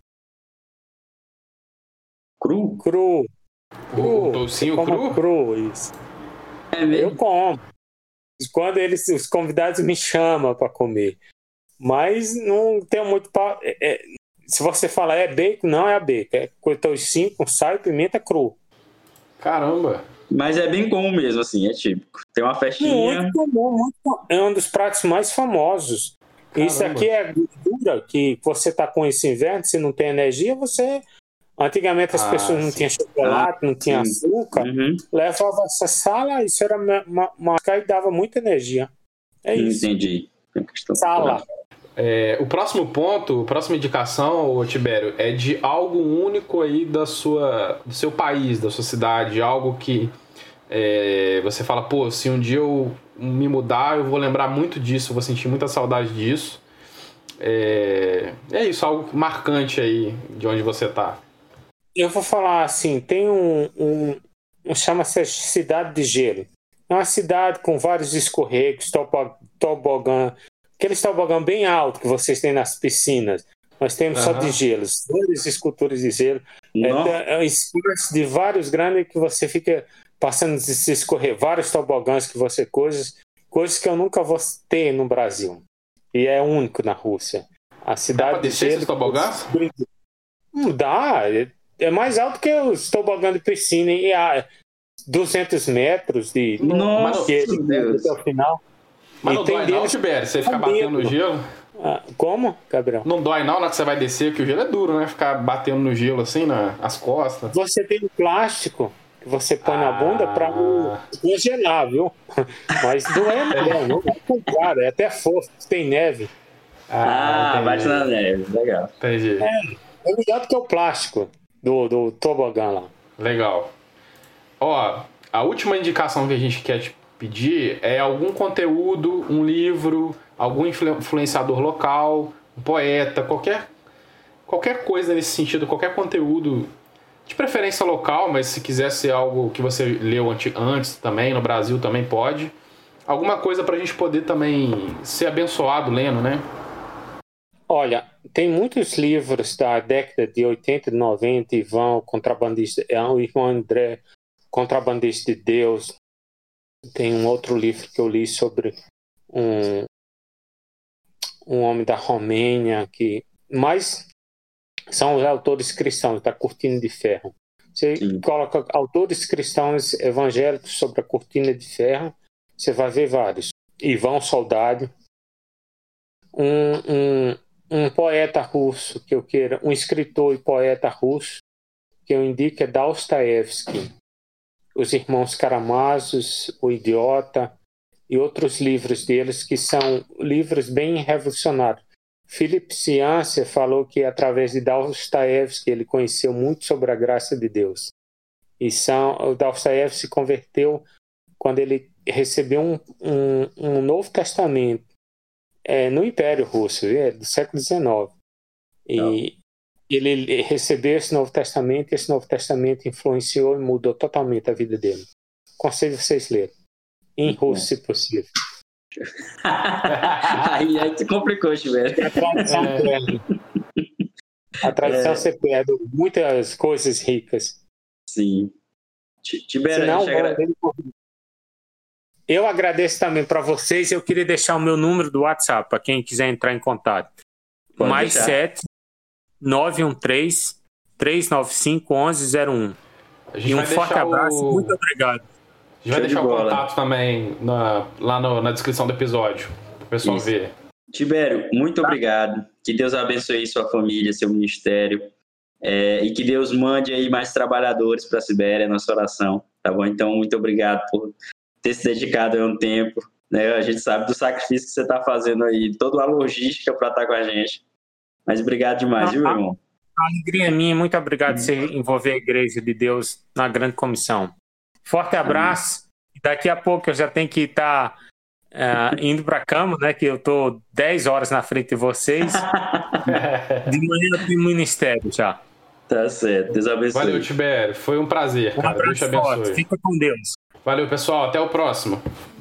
S3: Cru?
S4: Cru.
S2: Cru. O toicinho cru?
S4: Cru, isso. É mesmo? Eu como. Quando eles, os convidados me chamam para comer. Mas não tenho muito... Pa... É, é, se você falar é bacon, não é a bacon. É toicinho com sal e pimenta cru.
S2: Caramba!
S3: Mas é bem comum mesmo, assim, é típico. Tem uma festinha...
S4: Muito comum, muito comum. É um dos pratos mais famosos. Caramba. Isso aqui é gordura que você está com esse inverno, se não tem energia, você... Antigamente as ah, pessoas não sim. tinham chocolate, ah, não tinham açúcar. Uhum. Levava essa sala, isso era uma, uma, uma e dava muita energia. É isso.
S3: Entendi.
S4: Sala.
S2: É, o próximo ponto, a próxima indicação, Tibério, é de algo único aí da sua, do seu país, da sua cidade, algo que é, você fala, pô, se um dia eu me mudar, eu vou lembrar muito disso, vou sentir muita saudade disso. É, é isso, algo marcante aí de onde você tá.
S4: Eu vou falar assim, tem um, um, um chama-se Cidade de Gelo. É uma cidade com vários escorregos, tobogã, aqueles tobogã bem alto que vocês têm nas piscinas. Nós temos uhum. só de gelo, várias esculturas de gelo. É, é um espaço de vários grandes que você fica passando esses escorrer, vários tobogãs que você coisas, coisas que eu nunca vou ter no Brasil. E é único na Rússia. A cidade
S2: Dá pra descer
S4: de
S2: esses tobogãs?
S4: Não dá. É mais alto que os tobogãs de piscina e a duzentos metros de
S3: Nossa,
S4: que,
S3: Deus.
S4: até o final.
S2: Mas
S4: e
S2: não
S4: tem
S2: dói
S4: deles...
S2: não, Tibério? Você ficar batendo no gelo?
S4: Ah, como, Gabriel?
S2: Não dói não na hora que você vai descer, que o gelo é duro, né? Ficar batendo no gelo assim, nas costas.
S4: Você tem um plástico que você põe ah. na bunda pra não congelar, viu? Mas não é não, não é comprar, é até fofo, tem neve.
S3: Ah, ah bate na neve, legal.
S2: Entendi.
S4: É, é melhor do que o plástico do, do tobogã lá.
S2: Legal. Ó, a última indicação que a gente quer te pedir é algum conteúdo, um livro, algum influenciador local, um poeta, qualquer, qualquer coisa nesse sentido, qualquer conteúdo, de preferência local, mas se quiser ser algo que você leu antes também, no Brasil também pode. Alguma coisa pra gente poder também ser abençoado lendo, né?
S4: Olha, tem muitos livros da década de oitenta e noventa, Ivan, o contrabandista, o irmão André, Contrabandista de Deus. Tem um outro livro que eu li sobre um, um homem da Romênia, que, mas são os autores cristãos da Cortina de Ferro. Você Sim. coloca autores cristãos evangélicos sobre a Cortina de Ferro, você vai ver vários. Ivan Soldado, um, um, um poeta russo que eu queira, um escritor e poeta russo que eu indico é Dostoiévski, Os Irmãos Karamazov, O Idiota e outros livros deles que são livros bem revolucionários. Philip Ciancia falou que através de Dostoiévski ele conheceu muito sobre a graça de Deus. E são, o Dostoiévski se converteu quando ele recebeu um, um, um Novo Testamento é, no Império Russo, é, do século dezenove. E Não. ele recebeu esse Novo Testamento e esse Novo Testamento influenciou e mudou totalmente a vida dele. Aconselho vocês lerem. Em muito russo, bom. Se possível.
S3: aí, aí tu complicou, Tibério.
S4: A tradição é. perde. A tradição é. você perde muitas coisas ricas.
S3: Sim. Tibério,
S4: Senão,
S3: agra...
S4: eu agradeço também para vocês. Eu queria deixar o meu número do WhatsApp para quem quiser entrar em contato. Pode mais deixar. sete nove um três três nove cinco um um zero um. E um forte abraço.
S2: O...
S4: Muito obrigado.
S2: A gente vai deixar o contato também na, lá no, na descrição do episódio, para o pessoal Isso. ver.
S3: Tibério, muito tá. obrigado. Que Deus abençoe sua família, seu ministério. É, e que Deus mande aí mais trabalhadores para a Sibéria, nossa oração. Tá bom? Então, muito obrigado por ter se dedicado aí um tempo. Né? A gente sabe do sacrifício que você está fazendo aí, toda a logística para estar com a gente. Mas obrigado demais, ah, viu, irmão?
S4: A alegria é minha. Muito obrigado por você envolver a Igreja de Deus na grande comissão. Forte abraço. Hum. Daqui a pouco eu já tenho que estar tá, uh, indo para a cama, né? Que eu estou dez horas na frente de vocês. De manhã eu tenho ministério já.
S3: Tá certo. Deus abençoe.
S2: Valeu, Tibério. Foi um prazer, cara.
S4: Um abraço
S2: Deus te abençoe.
S4: Forte. Fica com Deus.
S2: Valeu, pessoal. Até o próximo.